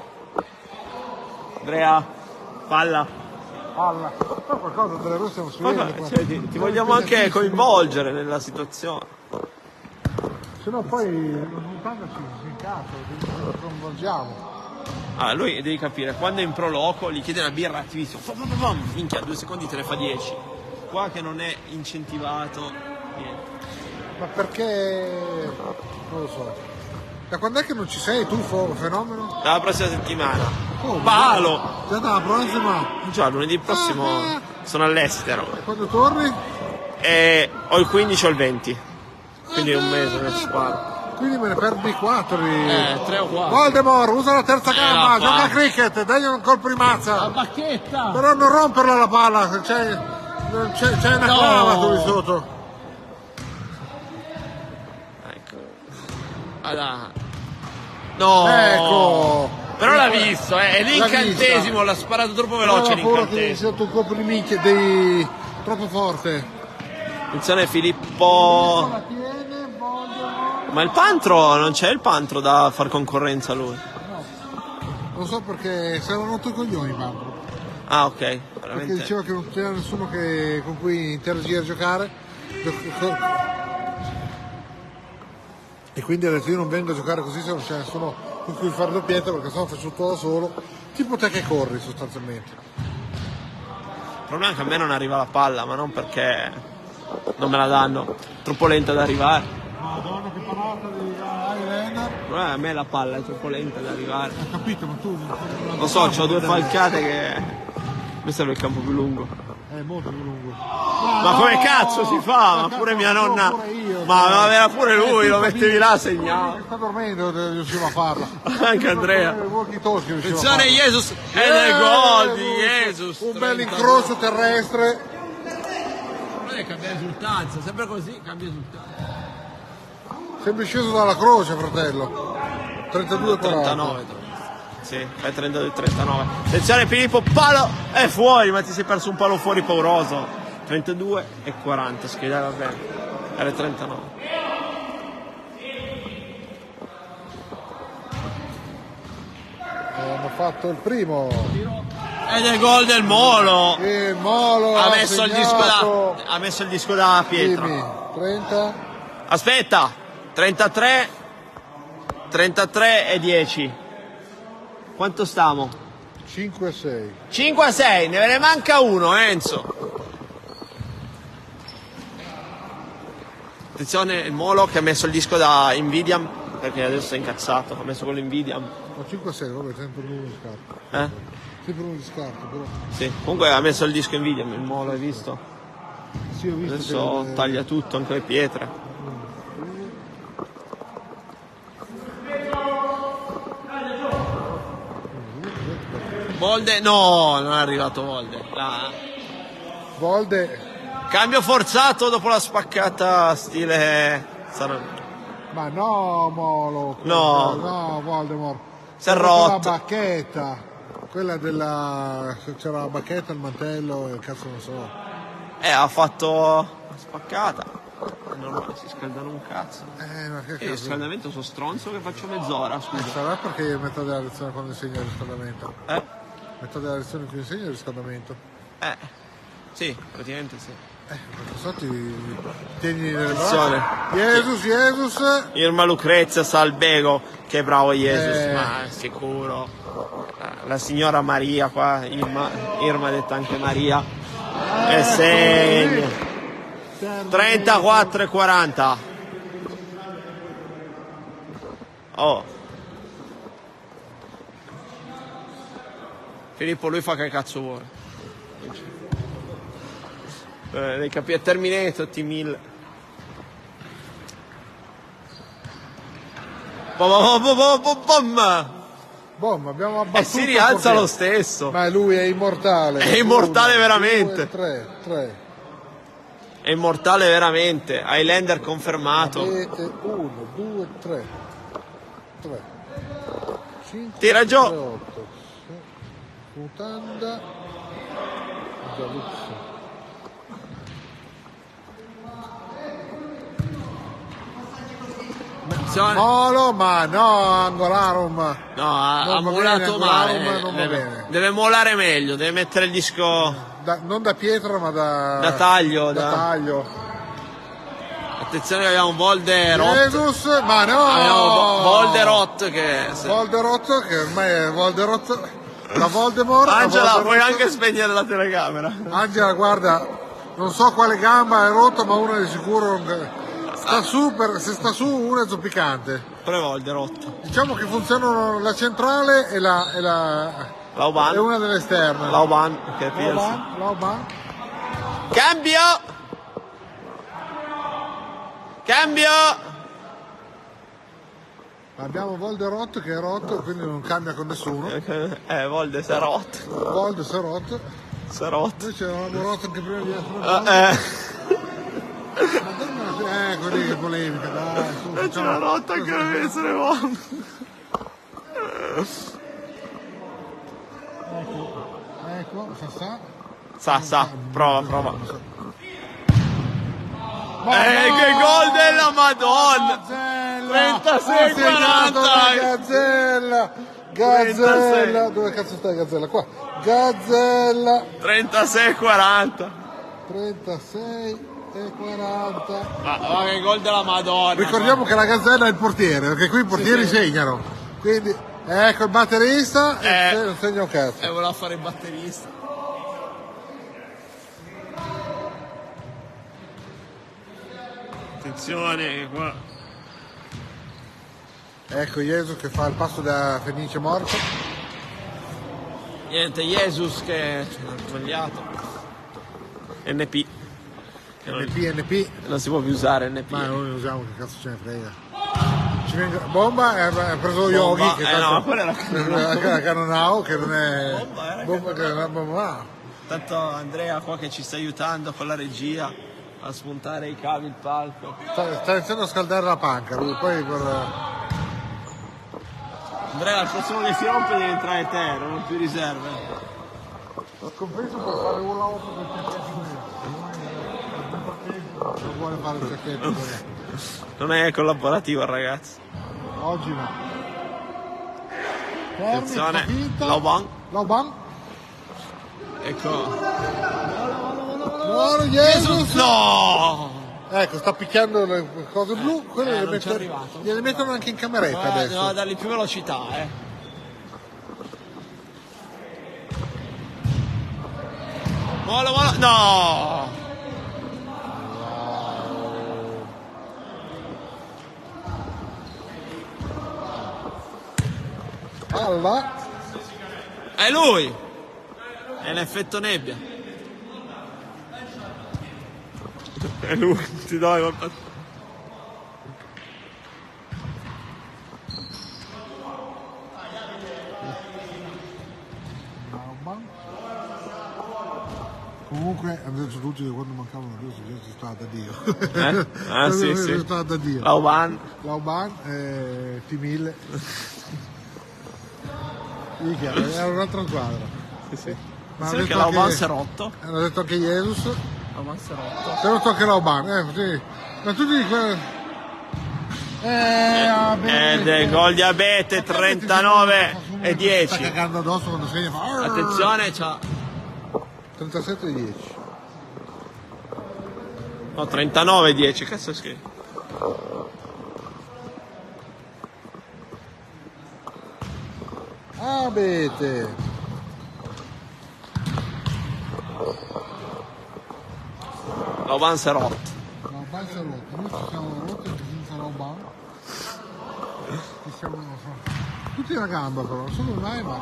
Andrea, palla. Palla. Fa qualcosa Andrea, noi stiamo Ma suonando no, qua. cioè, ti, ti vogliamo anche coinvolgere nella situazione. Se no poi ogni tanto ci si incazza, ci coinvolgiamo. Ah, lui devi capire, quando è in proloco gli chiede una birra attivissimo, pom, pom, pom, minchia, due secondi te ne fa dieci. Qua che non è incentivato, niente. Ma perché non lo so. Da quando è che non ci sei tu, fo- fenomeno? Dalla prossima settimana. Come? Palo! Già dalla prossima? Già, lunedì prossimo sono all'estero. Quando torni? E ho il quindici o il venti. Quindi un mese nel sparo. Quindi me ne perdi quattro di... Eh, tre o quattro. Voldemort, usa la terza gamba, la gioca a fa. cricket, dagli un colpo di mazza. bacchetta! Però non romperla la palla, c'è, c'è, c'è una No. clava tu di sotto. Ecco. Ah, no! Ecco. Però l'ha visto, eh. È L'ha l'incantesimo, vista. l'ha sparato troppo veloce Aveva paura che gli l'incantesimo. sotto un colpo di minchia, dei... troppo forte. Attenzione Filippo. La tiene, Voldemort. Ma il Pantro, non c'è il Pantro da far concorrenza a lui. Non so perché si erano rotto i coglioni, Pablo. Ah, ok, Perché veramente. diceva che non c'era nessuno che, con cui interagire a giocare. E quindi ha detto io non vengo a giocare così se non c'è nessuno con cui fare doppietta perché sennò faccio tutto da solo. Tipo te che corri sostanzialmente. Il problema è che a me non arriva la palla, ma non perché non me la danno. Troppo lenta ad arrivare. Madonna che parata di Highlander. Il problema è che a me la palla è troppo lenta ad arrivare. Ho capito, ma tu non Lo so, ho due falcate che. Mi serve il campo più lungo. È molto più lungo. Ma come cazzo si fa? Ma pure mia nonna. Ma ma aveva pure lui, lo mettevi là, segnava. Sta dormendo, riusciva a farla. Anche Andrea. Attenzione Jesus! Ed è gol di Jesus! Un bel incrocio terrestre. Non è cambia risultanza, sempre così cambia risultanza. Sempre sceso dalla croce, fratello. trentadue quaranta. trentanove. Sì, fai trentadue trentanove. Attenzione Filippo, palo! È fuori, ma ti sei perso un palo fuori pauroso. trentadue e quaranta, schedava bene. Era trentanove. Hanno fatto il primo. Ed è gol del Molo! E Molo Ha ha messo il disco segnato. da. Ha messo il disco da Pietro. Dimmi, trenta. Aspetta! trentatré. trentatré e dieci. Quanto stiamo? cinque a sei. cinque a sei, ne ve ne manca uno, Enzo. Attenzione il Molo che ha messo il disco da Invidiam, perché adesso è incazzato, ha messo quello Invidiam. No, cinque a sei, vabbè, sempre uno di scarto. Eh? Sempre uno di scarto, però. Sì. Comunque ha messo il disco Invidiam, il Molo, hai visto? Sì, ho visto Adesso che... taglia tutto, anche le pietre. Volde, no, non è arrivato Volde. La- Volde, Cambio forzato dopo la spaccata stile. Sarà- ma no, Molo. No. No, Voldemort. Si è La rotto. bacchetta. Quella della... c'era la bacchetta, il mantello e cazzo non so. Eh, ha fatto la spaccata. normale, si scaldano un cazzo. Eh, ma che E il cazzo? riscaldamento sono stronzo che faccio mezz'ora, scusa. Sarà perché è metà della lezione quando insegna il riscaldamento? Eh? Metà della lezione in cui insegna il riscaldamento? Eh. Sì, praticamente sì. Eh, perché so ti tieni nelle Attenzione. braccia. Jesus, Jesus! Irma Lucrezia Salbego, che bravo Jesus, Eh. ma sicuro. La signora Maria qua, Irma, Irma detta anche Maria. E segna. trentaquattro e quaranta. Oh. Filippo lui fa che cazzo vuole. Eh, devi capire, Terminator T mille. Bom, bom, bom, bom, bom, bom. Boh, ma abbiamo abbattuto E si rialza il portiere. lo stesso. Ma lui è immortale. È immortale Uno, veramente. Due, tre, tre. È immortale veramente. Highlander confermato. Avete uno, due, tre. Tre. Cinque, Tira giù. sette, otto. Mutanda. Gialluzzo. Molo, ma no, Angolarum. No, ha, Non ha va molato bene, male. Angolarum non va Deve, bene. deve molare meglio, deve mettere il disco Da- non da pietra, ma da, da taglio. da Da... taglio. Attenzione che abbiamo Volderot. Jesus, ma no! Abbiamo Vo- Volderot che... se- Volderot, che ormai è Volderot. Da Voldemort. a Angela, Volderot. puoi anche spegnere la telecamera. Angela, guarda, non so quale gamba è rotta, ma una di sicuro non- sta su, per, se sta su una è zoppicante. Però è Volderot. Diciamo che funzionano la centrale e la e la e Lauban. una delle esterne. Lauban, che è Pierce. Lauban, Lauban. Cambio! Cambio! Abbiamo Volderot che è rotto, quindi non cambia con nessuno. Eh, Volde si è rotto. Vold si è rotto. Si è rotto. Noi c'eravamo rotto anche prima di essere Eh, eh. Ma dammi- eh, così che polemica, dai, su, E ce l'ha facciamo- rotta anche per essere uomo. Ecco, ecco, sa sa. Sa, sa, prova, prova. Ma Eh, no! che gol della Madonna! Gazzella! trentasei Ha segnato quaranta! la Gazzella! Gazzella! trentasei. Dove cazzo stai Gazzella? Qua! Gazzella! trentasei quaranta. trentasei e quaranta. Ma, ma che gol della Madonna! Ricordiamo che la Gazzella è il portiere, perché qui i portieri Sì, sì. segnano. Quindi, ecco il batterista e Eh. non segna un cazzo. E voleva fare il batterista. Attenzione che qua. Ecco Jesus che fa il passo da Fenice morto. Niente, Jesus che ha sbagliato. N P. Che non, N P, N P. non si può più usare N P. Ma noi ne usiamo, che cazzo ce ne frega. Ci venga... Bomba e ha preso Bomba, Yogi, che eh, tanto- no, quella era Cannonau. la Cannonau, che non è... Bomba era Bomba che non è bomba. Tanto Andrea qua che ci sta aiutando con la regia a spuntare i cavi, il palco. Sta, sta iniziando a scaldare la panca, lui poi per... Andrea, il prossimo che si rompe deve entrare te, non ho più riserve. Ho scompreso per fare un lavoro per il ciacchetto. Non vuole fare il ciacchetto. Non è collaborativo il ragazzo. Oggi no. Attenzione, Finta. Lauban. Lauban. Ecco. Buono, Jesus. No! Ecco, sta picchiando le cose blu, quelle eh, le, non metto- c'è arrivato. gliele mettono anche in cameretta Guarda, adesso. dobbiamo dargli più velocità, eh. Mola, mola. No! Alba, È lui! È l'effetto nebbia. È lui, ti do il Lauban. Comunque hanno detto tutti che quando mancavano due si stava da Dio. Eh? Ah, sì, Si sì. stava da Dio. Lauban. Lauban e T mille. Minchia, era un'altra squadra. Sì, sì. Ma Sì, hanno che detto Lauban anche- si è rotto. Hanno detto anche Jesus. Lauban si è rotto. Si è rotto anche Lauban, eh sì. Ma tu dici quello... Eh, vabbè. Ed è gol di Abete, trentanove e Sta dieci. cagando addosso quando segna. Fa... Attenzione, c'ha... trentasette e dieci. No, trentanove e dieci, cazzo scrivi? Abete. Loban Serot. La balza è rotta, noi ci siamo rotti senza roba. Ci siamo, non so. Tutti una gamba però, non so come mai, ma.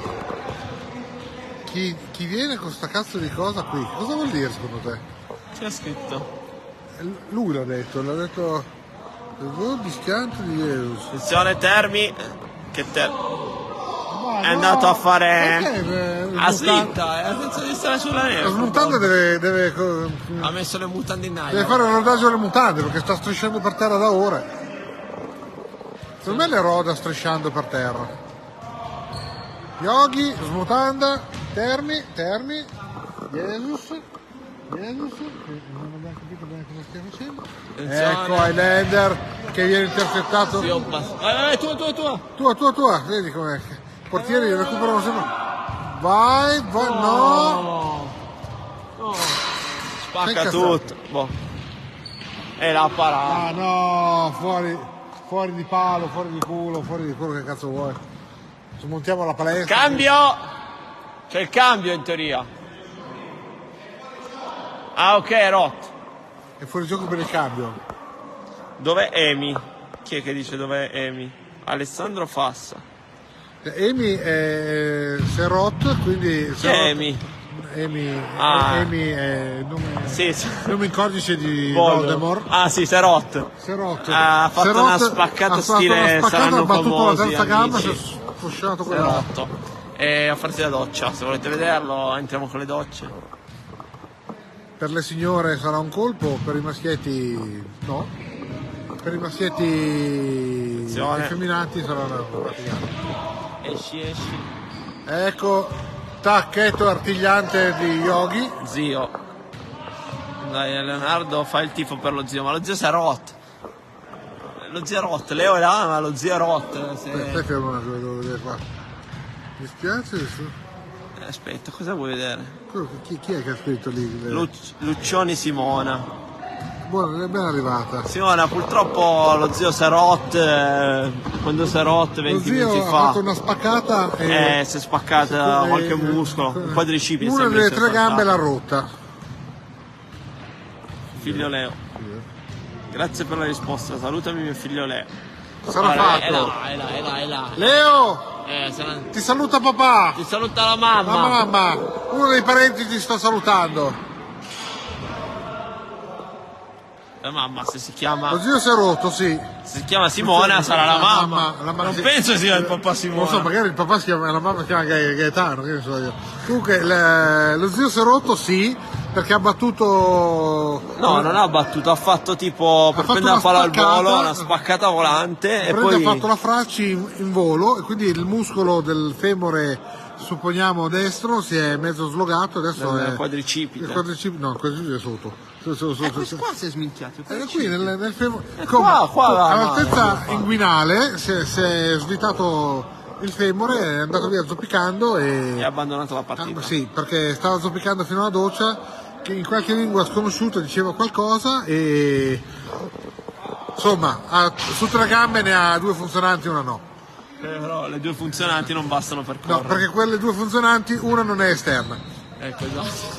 Chi, chi viene con sta cazzo di cosa qui? Cosa vuol dire secondo te? C'è scritto. Lui l'ha detto, l'ha detto il gol di schianto di Jesus. Attenzione Termi, che ter... Ma è no, andato a fare perché, eh, a smonta- slitta, è senza di stare sulla La neve. smontante deve, deve, Ha messo le mutande in deve aria. fare un rodaggio alle mutande perché sta strisciando per terra da ore. Secondo me le roda strisciando per terra. Yogi, smutanda, Termi, Termi, Jesus, Jesus, che non abbiamo capito bene cosa stia facendo. Attenzione. Ecco Highlander che viene intercettato. Sì, ho pass- vai, vai, tua, tua, tua. Tua, tua, tua, vedi com'è. I portieri recuperano sempre. Vai, vai, no! No. No. Sei Spacca incazzato. tutto. Boh. E la parata. Ah no, fuori, fuori di palo, fuori di culo, fuori di quello che cazzo vuoi. Smontiamo la palestra. Cambio. C'è il cambio in teoria. Ah, ok, è rotto. È fuori gioco per il cambio. Dov'è Emi? Chi è che dice dov'è Emi? Alessandro Fassa. Emi è Serot, quindi Chi è Emi? Emi, Ah. Emi è il nome, Sì, sì. il nome in codice di Voldemort. Voldemort. Ah sì, Serot. Serot. Ha fatto Serot una spaccata ha fatto stile una spaccata, saranno ha battuto famosi, la terza gamba, si amici. è sfosciato quella. Serotto. E a farsi la doccia, se volete vederlo entriamo con le docce. Per le signore sarà un colpo, per i maschietti no. Per i maschietti Attenzione. effeminati sarà una praticata. Esci, esci. Ecco, tacchetto artigliante di Yogi. Zio. Dai Leonardo, fa il tifo per lo zio, ma lo zio si è rotto. Lo zio è rotto, Leo è là, ma lo zio è rotto. Se... Aspetta, fermo una cosa, devo vedere qua. Mi spiace adesso. Eh, Aspetta, cosa vuoi vedere? Quello che- Chi, chi è che ha scritto lì? Luc- Luccioni Simona. Buona, è ben arrivata. Simona, purtroppo lo zio Serot, eh, quando Serot Lo venti zio minuti ha fa, fatto una spaccata e eh, si è spaccata e- qualche e- muscolo, un quadricipite. una sembra delle sia tre gambe saltato. l'ha rotta. Figlio Leo. Grazie per la risposta, salutami mio figlio Leo. Sarà Guarda, fatto. È là, è là, è là, è là. Leo, Eh, sarà- ti saluta papà. Ti saluta la mamma. La mamma, uno dei parenti ti sta salutando. La mamma, se si chiama, Lo zio si è rotto, sì. se si chiama Simona, sarà la mamma. la mamma, Non sì. penso sia il papà Simona. Non so, magari il papà si chiama, la mamma si chiama Gae- Gaetano, che ne so io. Comunque, le- lo zio si è rotto, sì, perché ha battuto... No, non ha battuto, ha fatto tipo per fatto prendere una la palla al spaccata. volo, una spaccata volante e Prende, poi ha fatto la fracci in, in volo e quindi il muscolo del femore, supponiamo destro, si è mezzo slogato, adesso il è... quadricipite. Il quadricipite, no, il quadricipite è sotto. Sotto, sotto, Eh, sotto. questo qua si è sminchiato. il Era qui quadricipite. nel, nel femore. È Come- qua, qua va all'altezza male. inguinale si è, si è svitato il femore, è andato via zoppicando E e... ha abbandonato la partita. Ah, sì, perché stava zoppicando fino alla doccia, che in qualche lingua sconosciuta diceva qualcosa e... Insomma, ha, su tre gambe ne ha due funzionanti, una no. Però le due funzionanti non bastano per No, correre. perché quelle due funzionanti, una non è esterna. Ecco, esatto.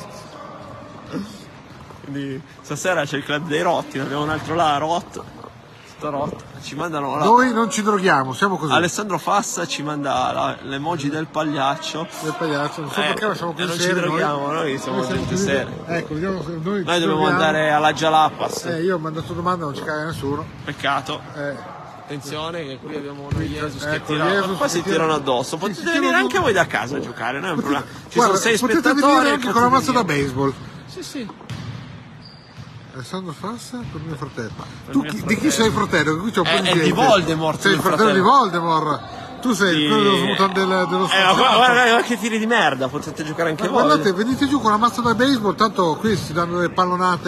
Quindi stasera c'è il club dei rotti, ne abbiamo un altro là, Rot. Sto Rot. Ci mandano la... Noi non ci droghiamo, siamo così. Alessandro Fassa ci manda la- l'emoji del pagliaccio. Del pagliaccio, non so Eh, perché ma siamo e non così ci seri, droghiamo, noi siamo gente così- seria. Ecco, vediamo se noi, ci Noi dobbiamo droghiamo. andare alla Jalapas. Eh, io ho mandato domanda, non ci caga nessuno. Peccato. Eh, Attenzione che qui abbiamo noi Jesus che ecco, tirano. Jesus Ma qua che si tira- tirano addosso. Sì, Potete si venire tirano anche addosso. voi da casa a giocare, non è un problema. Ci guarda, sono sei potete spettatori. venire anche con la mazza da potete baseball. venire. Sì, sì. Alessandro Fassa per mio fratello. Per Tu mio chi- di fratello. chi sei fratello? Qui c'è un È- po' di è di gente. Voldemort, Sei il mio fratello di fratello. Voldemort. Tu sei Sì. quello dello smutan del, dello Eh, ma sforzato. guarda, guarda, guarda che tiri di merda, potete giocare anche Ma voi. guardate, venite giù con la mazza da baseball, tanto qui si danno le pallonate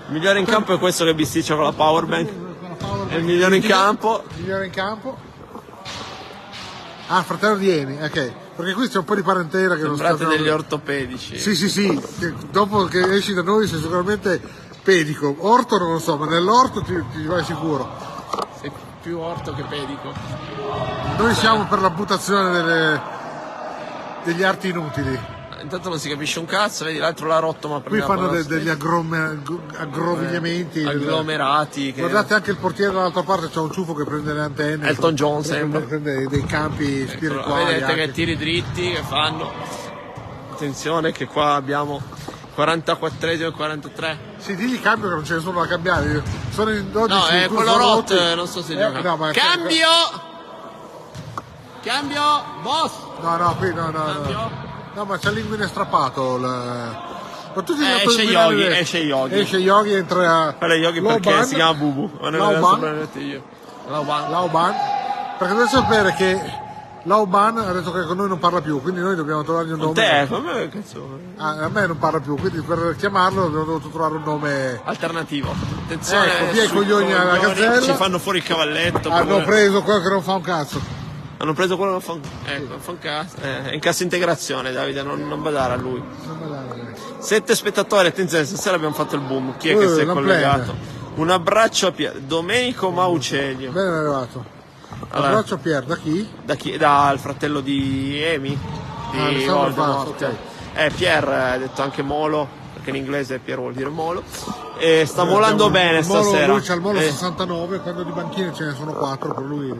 Il migliore in campo è questo che bisticcia con la powerbank. È il migliore in campo. Il migliore in campo. Ah, fratello di Eni, ok. Perché qui c'è un po' di parentela che non sta. Sembrate degli ortopedici. Sì, sì, sì. Che dopo che esci da noi sei sicuramente pedico. Orto non lo so, ma nell'orto ti, ti vai sicuro. Sei più orto che pedico. Noi siamo per l'amputazione delle, degli arti inutili. Intanto non si capisce un cazzo, vedi l'altro l'ha rotto, ma qui fanno de, degli aggrome, aggrovigliamenti, eh, agglomerati. Che... Guardate anche il portiere dall'altra parte, c'è un ciuffo che prende le antenne. Elton John sembra. Prende dei campi ecco, spirituali. Vedete anche. che tiri dritti che fanno. Attenzione che qua abbiamo quarantaquattresimo e quarantatré. Sì, digli cambio che non ce ne sono da cambiare. Sono in dodici. No, è quello rot, non so se eh, gioca. No, ma cambio! Cambio! Boss! No, no, qui no, no. Cambio. no. No, ma c'è il linguine strappato. Il... Ma tutti eh, esce Yogi, le... esce Yogi. Esce Yogi, entra a... Quello è Yogi perché Lauban. si chiama Bubu. Lauban. Lauban. Lauban. Perché dovete sapere che Lauban ha detto che con noi non parla più, quindi noi dobbiamo trovargli un con nome. Te, con me, cazzo. Ah, a me non parla più, quindi per chiamarlo abbiamo dovuto trovare un nome alternativo. Attenzione, ecco, via i coglioni alla gazzella. Ci fanno fuori il cavalletto. Hanno preso quello che non fa un cazzo. Hanno preso quello che non fa un, ecco, non fa un cazzo. Eh, è in cassa integrazione, Davide, non, non badare a lui. Non badare. Sette spettatori, attenzione, stasera abbiamo fatto il boom. Chi è uh, che si è collegato? Plena. Un abbraccio a Pier. Domenico Maucelio. Ben arrivato. Allora, abbraccio a Pier, da chi? Da chi? Dal fratello di Emi. Di ah, Voldemort. Okay. Eh, Pier ha detto anche Molo, perché in inglese Pier vuol dire Molo. E sta eh, volando bene il molo, stasera. Lui c'ha il Molo eh. sessantanove, quando di banchine ce ne sono quattro per lui.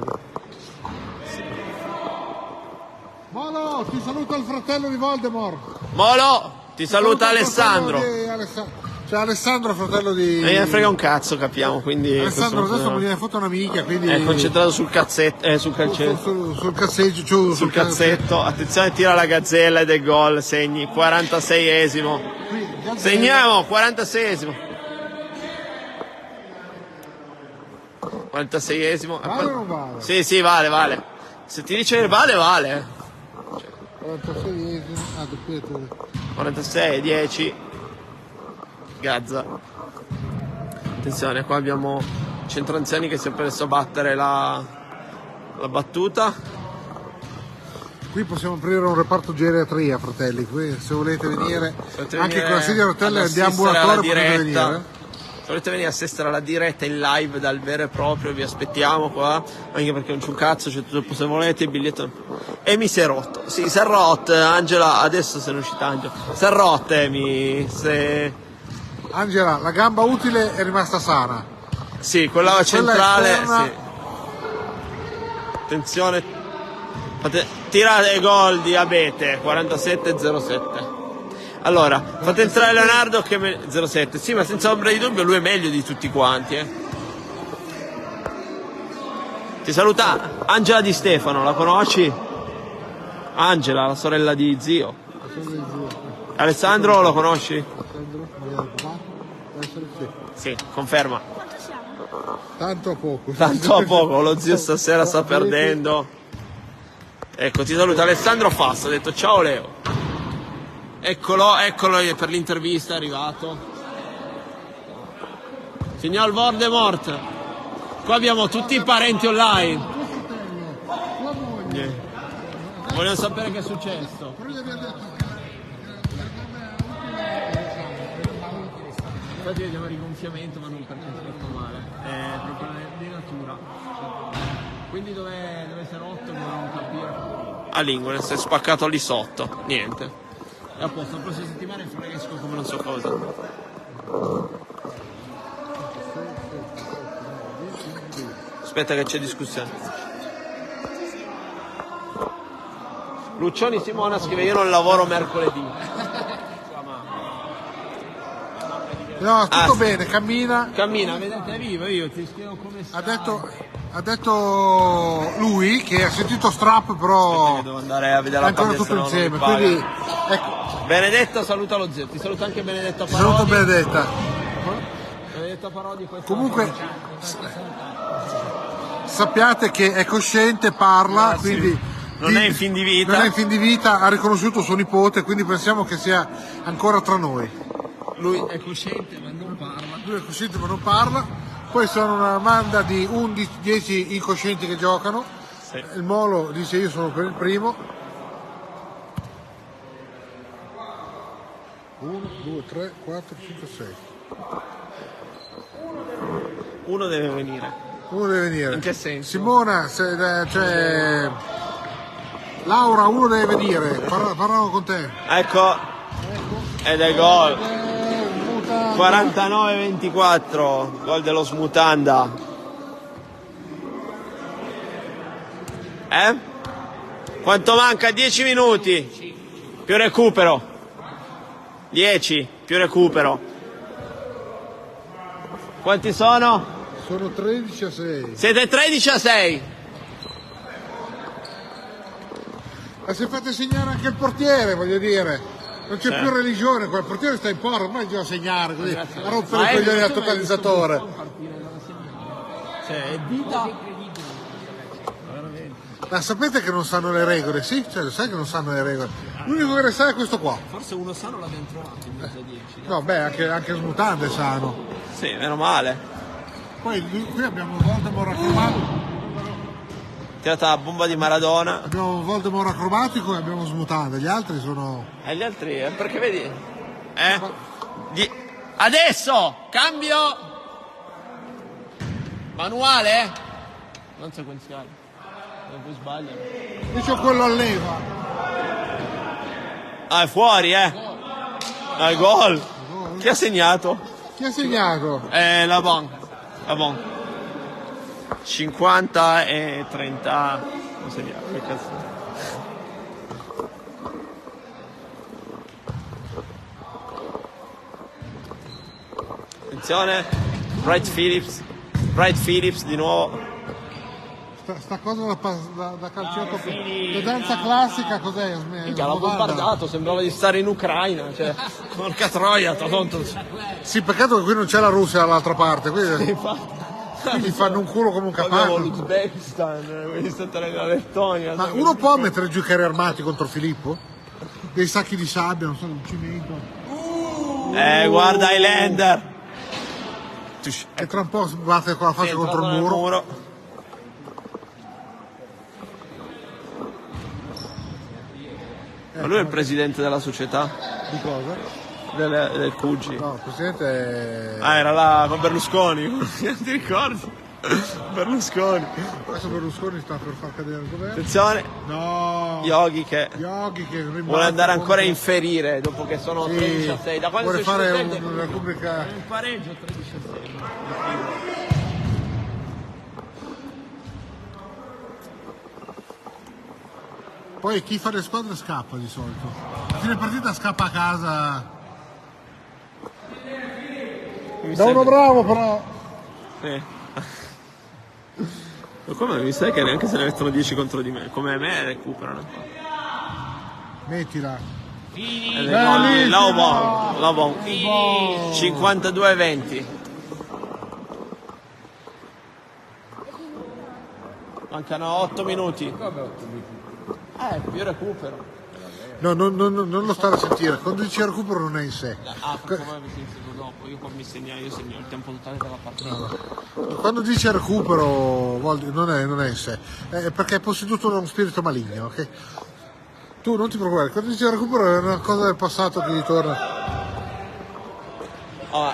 Molo, ti saluta il fratello di Voldemort. Molo, ti saluta, saluta Alessandro. Alessandro. Cioè Alessandro, fratello di... Non gliene frega un cazzo, capiamo, quindi... Alessandro adesso mi viene fatto un'amica, quindi... È concentrato sul cazzetto, eh, sul calcetto. Sul, sul, sul cazzeggio, giù, sul, sul cazzetto. Attenzione, tira la gazzella ed è gol, segni, quarantaseiesimo. Segniamo, quarantaseiesimo. quarantaseiesimo. Vale o non vale? Sì, sì, vale, vale. Se ti dice vale, vale. quarantaseiesimo, ah, doppieto. quarantasei, dieci. Gazza. Attenzione, qua abbiamo Centranziani che si è permesso a battere la, la battuta. Qui possiamo aprire un reparto geriatria, fratelli. Qui, se volete venire, volete anche venire con la sedia a rotelle di ambulatorio potete venire. Se volete venire a assistere alla diretta in live dal vero e proprio, vi aspettiamo qua, anche perché non c'è un cazzo, c'è tutto, se volete il biglietto. E mi si è rotto. Sì, si è rotto, Angela, adesso se ne è uscita Angela. Si è rotto, mi se... Angela, la gamba utile è rimasta sana. Sì, quella, quella centrale, esterna... sì. Attenzione. Fate... Tirate gol di Abete, quarantasette zero sette. Allora, fate entrare Leonardo che me... zero sette. Sì, ma senza ombra di dubbio lui è meglio di tutti quanti, eh. Ti saluta Angela Di Stefano, la conosci? Angela, la sorella di zio. La sorella di zio. Alessandro, lo conosci? Sì, conferma. Tanto a poco. Tanto a poco, lo zio stasera sta perdendo. Ecco, ti saluta Alessandro Fasso, ha detto ciao Leo. Eccolo, eccolo per l'intervista, è arrivato. Signor Voldemort, qua abbiamo tutti i parenti online. Vogliono sapere che è successo. Infatti vediamo il rigonfiamento, ma non perché si è fatto male, è proprio di natura. Quindi dove, dove si è rotto volevamo capire. A Linguine, si è spaccato lì sotto, niente. E a posto, la prossima settimana in fresco come non so cosa. Aspetta che c'è discussione. Lucioni Simona scrive io non lavoro mercoledì. No, tutto ah, bene, cammina. Cammina, vedete, è vivo, io ti scrivo come sta. Ha detto, ha detto lui che ha sentito strap, però devo andare a vedere la ancora tutto insieme. Quindi, ecco. Benedetta saluta lo zio, ti saluta anche Benedetta Parodi. Saluto Benedetta. Benedetta Parodi. Comunque sappiate che è cosciente, parla, ah, quindi sì. Non di, è in fin di vita. Non è in fin di vita, ha riconosciuto suo nipote, quindi pensiamo che sia ancora tra noi. Lui è cosciente ma non parla. Lui è cosciente ma non parla. Poi sono una banda di undici dieci incoscienti che giocano. Sì. Il Molo dice io sono per il primo. uno, due, tre, quattro, cinque, sei. Uno deve venire. Uno deve venire. In che senso? Simona, se, cioè... Laura, uno deve venire. Parla, parlavo con te. Ecco. Ed è gol. quarantanove ventiquattro. Gol dello Smutanda. Eh? Quanto manca? dieci minuti. Più recupero. dieci. Più recupero. Quanti sono? Sono tredici a sei. Siete tredici a sei. Ma se fate segnare anche il portiere, voglio dire, non c'è Sì. più religione qua, il portiere sta in porta, ormai bisogna segnare così, a rompere Ma i è coglioni al giusto, totalizzatore. Cioè, è dita. Ma sapete che non sanno le regole? Sì, cioè, sai che non sanno le regole. L'unico che ne sa è questo qua. Forse uno sano l'abbiamo trovato in mezzo a dieci. No, beh, anche, anche Smutande sanno. Sì, meno male. Poi qui abbiamo Voldemort acrobatico, Tirata la bomba di Maradona. abbiamo Voldemort acrobatico e abbiamo Smutande, gli altri sono... E gli altri, eh, perché vedi? Eh? Di- Adesso! Cambio! Manuale? Non sequenziale. Non puoi sbagliare. Io c'ho quello a leva. Ah, è fuori, eh? Ah, il gol. Chi ha segnato? Chi ha segnato? Eh, la Bon. La Bon. cinquanta e trenta. Non segnato, che cazzo. Attenzione. Wright Phillips. Wright Phillips di nuovo. Sta, sta cosa da, pas- da, da calciotto, la danza classica cos'è? Minchia, l'ha bombardato, sembrava di stare in Ucraina, cioè, porca troia, tonto. Sì, peccato che qui non c'è la Russia dall'altra parte, quindi, quindi fanno un culo come un Abbiamo capanno. l'Uzbekistan, questa è la Lettonia. Ma uno può mettere giù i carri armati contro Filippo? Dei sacchi di sabbia, non so, un cemento. Eh, guarda Highlander. E tra un po' sbatte con la faccia Sì, contro il nel muro. muro. Ma lui è il presidente della società? Di cosa? Del, del Cugi. No, il presidente è... Ah, era là con Berlusconi. Ti ricordi? Berlusconi. Adesso Berlusconi sta per far cadere il governo. Attenzione, No! Yogi che Yogi che rimbalza vuole andare ancora a contro- inferire dopo che sono Sì, tredici a sei. Da quando vuole sei fare uscito un- una Repubblica... il pareggio tredici a sei. Poi chi fa le squadre scappa di solito. A fine partita scappa a casa. Mi Da sa uno che- bravo però. Sì. Ma come mi sa che neanche se ne mettono dieci contro di me, come me recuperano. Mettila. Ed è Bellissimo! gol di Lobon, Lobon. cinquantadue a venti. Mancano otto minuti. Eh, più recupero. No, non, non- non lo stare a sentire. Quando dice recupero non è in sé. Ah, come mi sentito dopo? Io qua mi segno, io segno il tempo totale della partita. Quando dice recupero vuol dire- non è, non è in sé. È perché è posseduto da uno spirito maligno, ok? Tu non ti preoccupare, quando dice recupero è una cosa del passato che ritorna. Oh,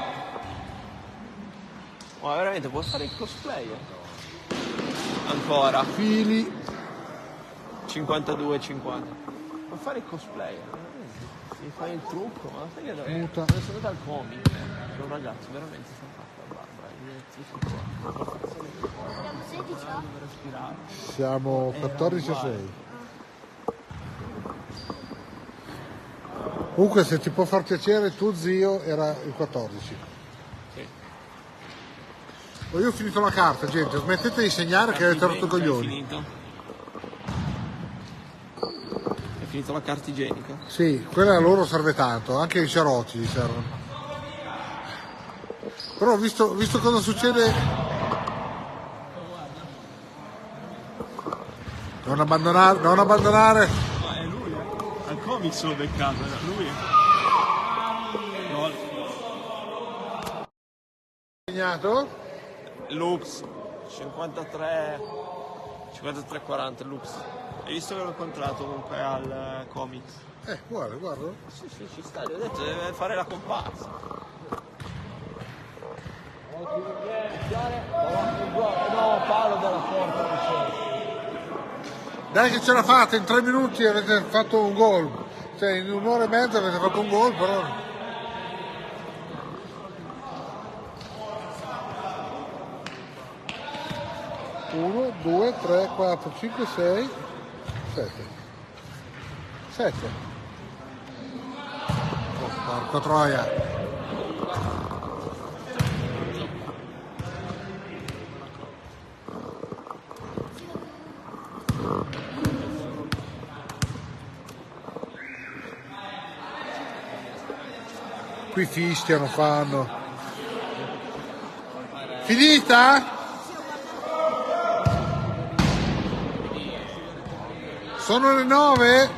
ma veramente può fare il cosplayer? Ancora. Fili. cinquantadue cinquanta. Può fare il cosplayer? Mi fai il trucco? Ma sai che dove? Muta. Adesso vedo al comic. È un ragazzo veramente simpatico. Barbara. Deve respirare. Siamo quattordici a sei. Comunque se ti può far piacere, tuo zio era il quattordici. Sì. Io ho finito la carta, gente, smettete di segnare che avete rotto i È coglioni. finito? È finito la carta igienica? Sì, quella a loro serve tanto, anche i cerotti gli servono. Però visto, visto cosa succede... Non abbandonare, non abbandonare. Ma è lui, eh? Al comic l'ho beccato, era lui. Gol. Segnato? Lux cinquantatré quaranta Lux. Hai visto che l'ho incontrato comunque al uh, Comics? Eh, guarda, guarda. Sì, sì, ci sta, gli ho detto deve fare la comparsa. No, Paolo dalla porta non c'è. Dai che ce la fate, in tre minuti avete fatto un gol. Cioè in un'ora e mezza avete fatto un gol, però. uno, due, tre, quattro, cinque, sei, sette. sette. Oh, porca troia. Qui fischiano, fanno. Finita? Sono le nove?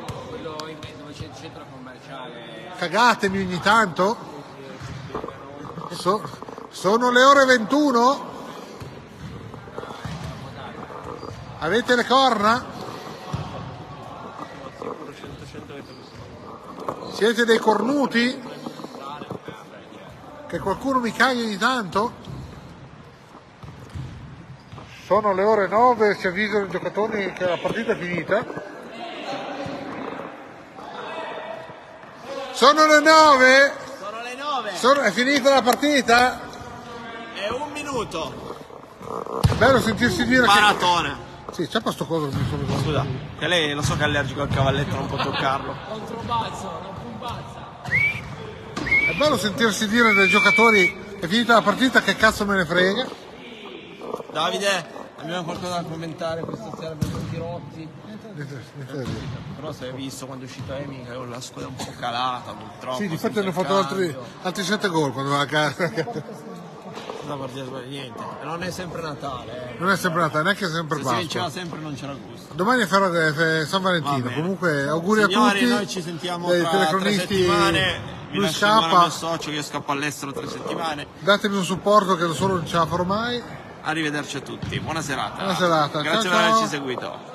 Cagatemi ogni tanto? So, sono le ore ventuno? Avete le corna? Siete dei cornuti? Che qualcuno mi cagli ogni tanto? Sono le ore nove, si avvisano i giocatori che la partita è finita. Sono le nove? Sono le nove! Sono, è finita la partita? È un minuto! È bello sentirsi dire Maratona! Che... Sì, c'è questo coso che mi sono... Scusa, che lei lo so che è allergico al cavalletto, non può toccarlo. Controbazzo, non pumbazza. È bello sentirsi dire dai giocatori è finita la partita, che cazzo me ne frega. Davide, abbiamo qualcosa da commentare questa sera, abbiamo tutti rotti. Niente, niente da dire. Però se hai visto quando è uscito Emi che la squadra è un po' calata purtroppo. Sì, difatti hanno fatto altri, altri sette gol quando va a casa. La partita niente, e non è sempre Natale. Eh. Non è sempre Natale, neanche sempre Se Pasqua. si vinceva sempre non c'era gusto. Domani è Ferragamo, San Valentino. Comunque auguri Signori, a tutti. noi ci sentiamo dei tra telecronisti. tre settimane. Vi Lui lascio il scappa. mio socio che scappa all'estero tre settimane. Datemi un supporto che da solo non ce la farò mai. Arrivederci a tutti, buona serata. Buona serata. Grazie Ciao, per averci ciao. seguito.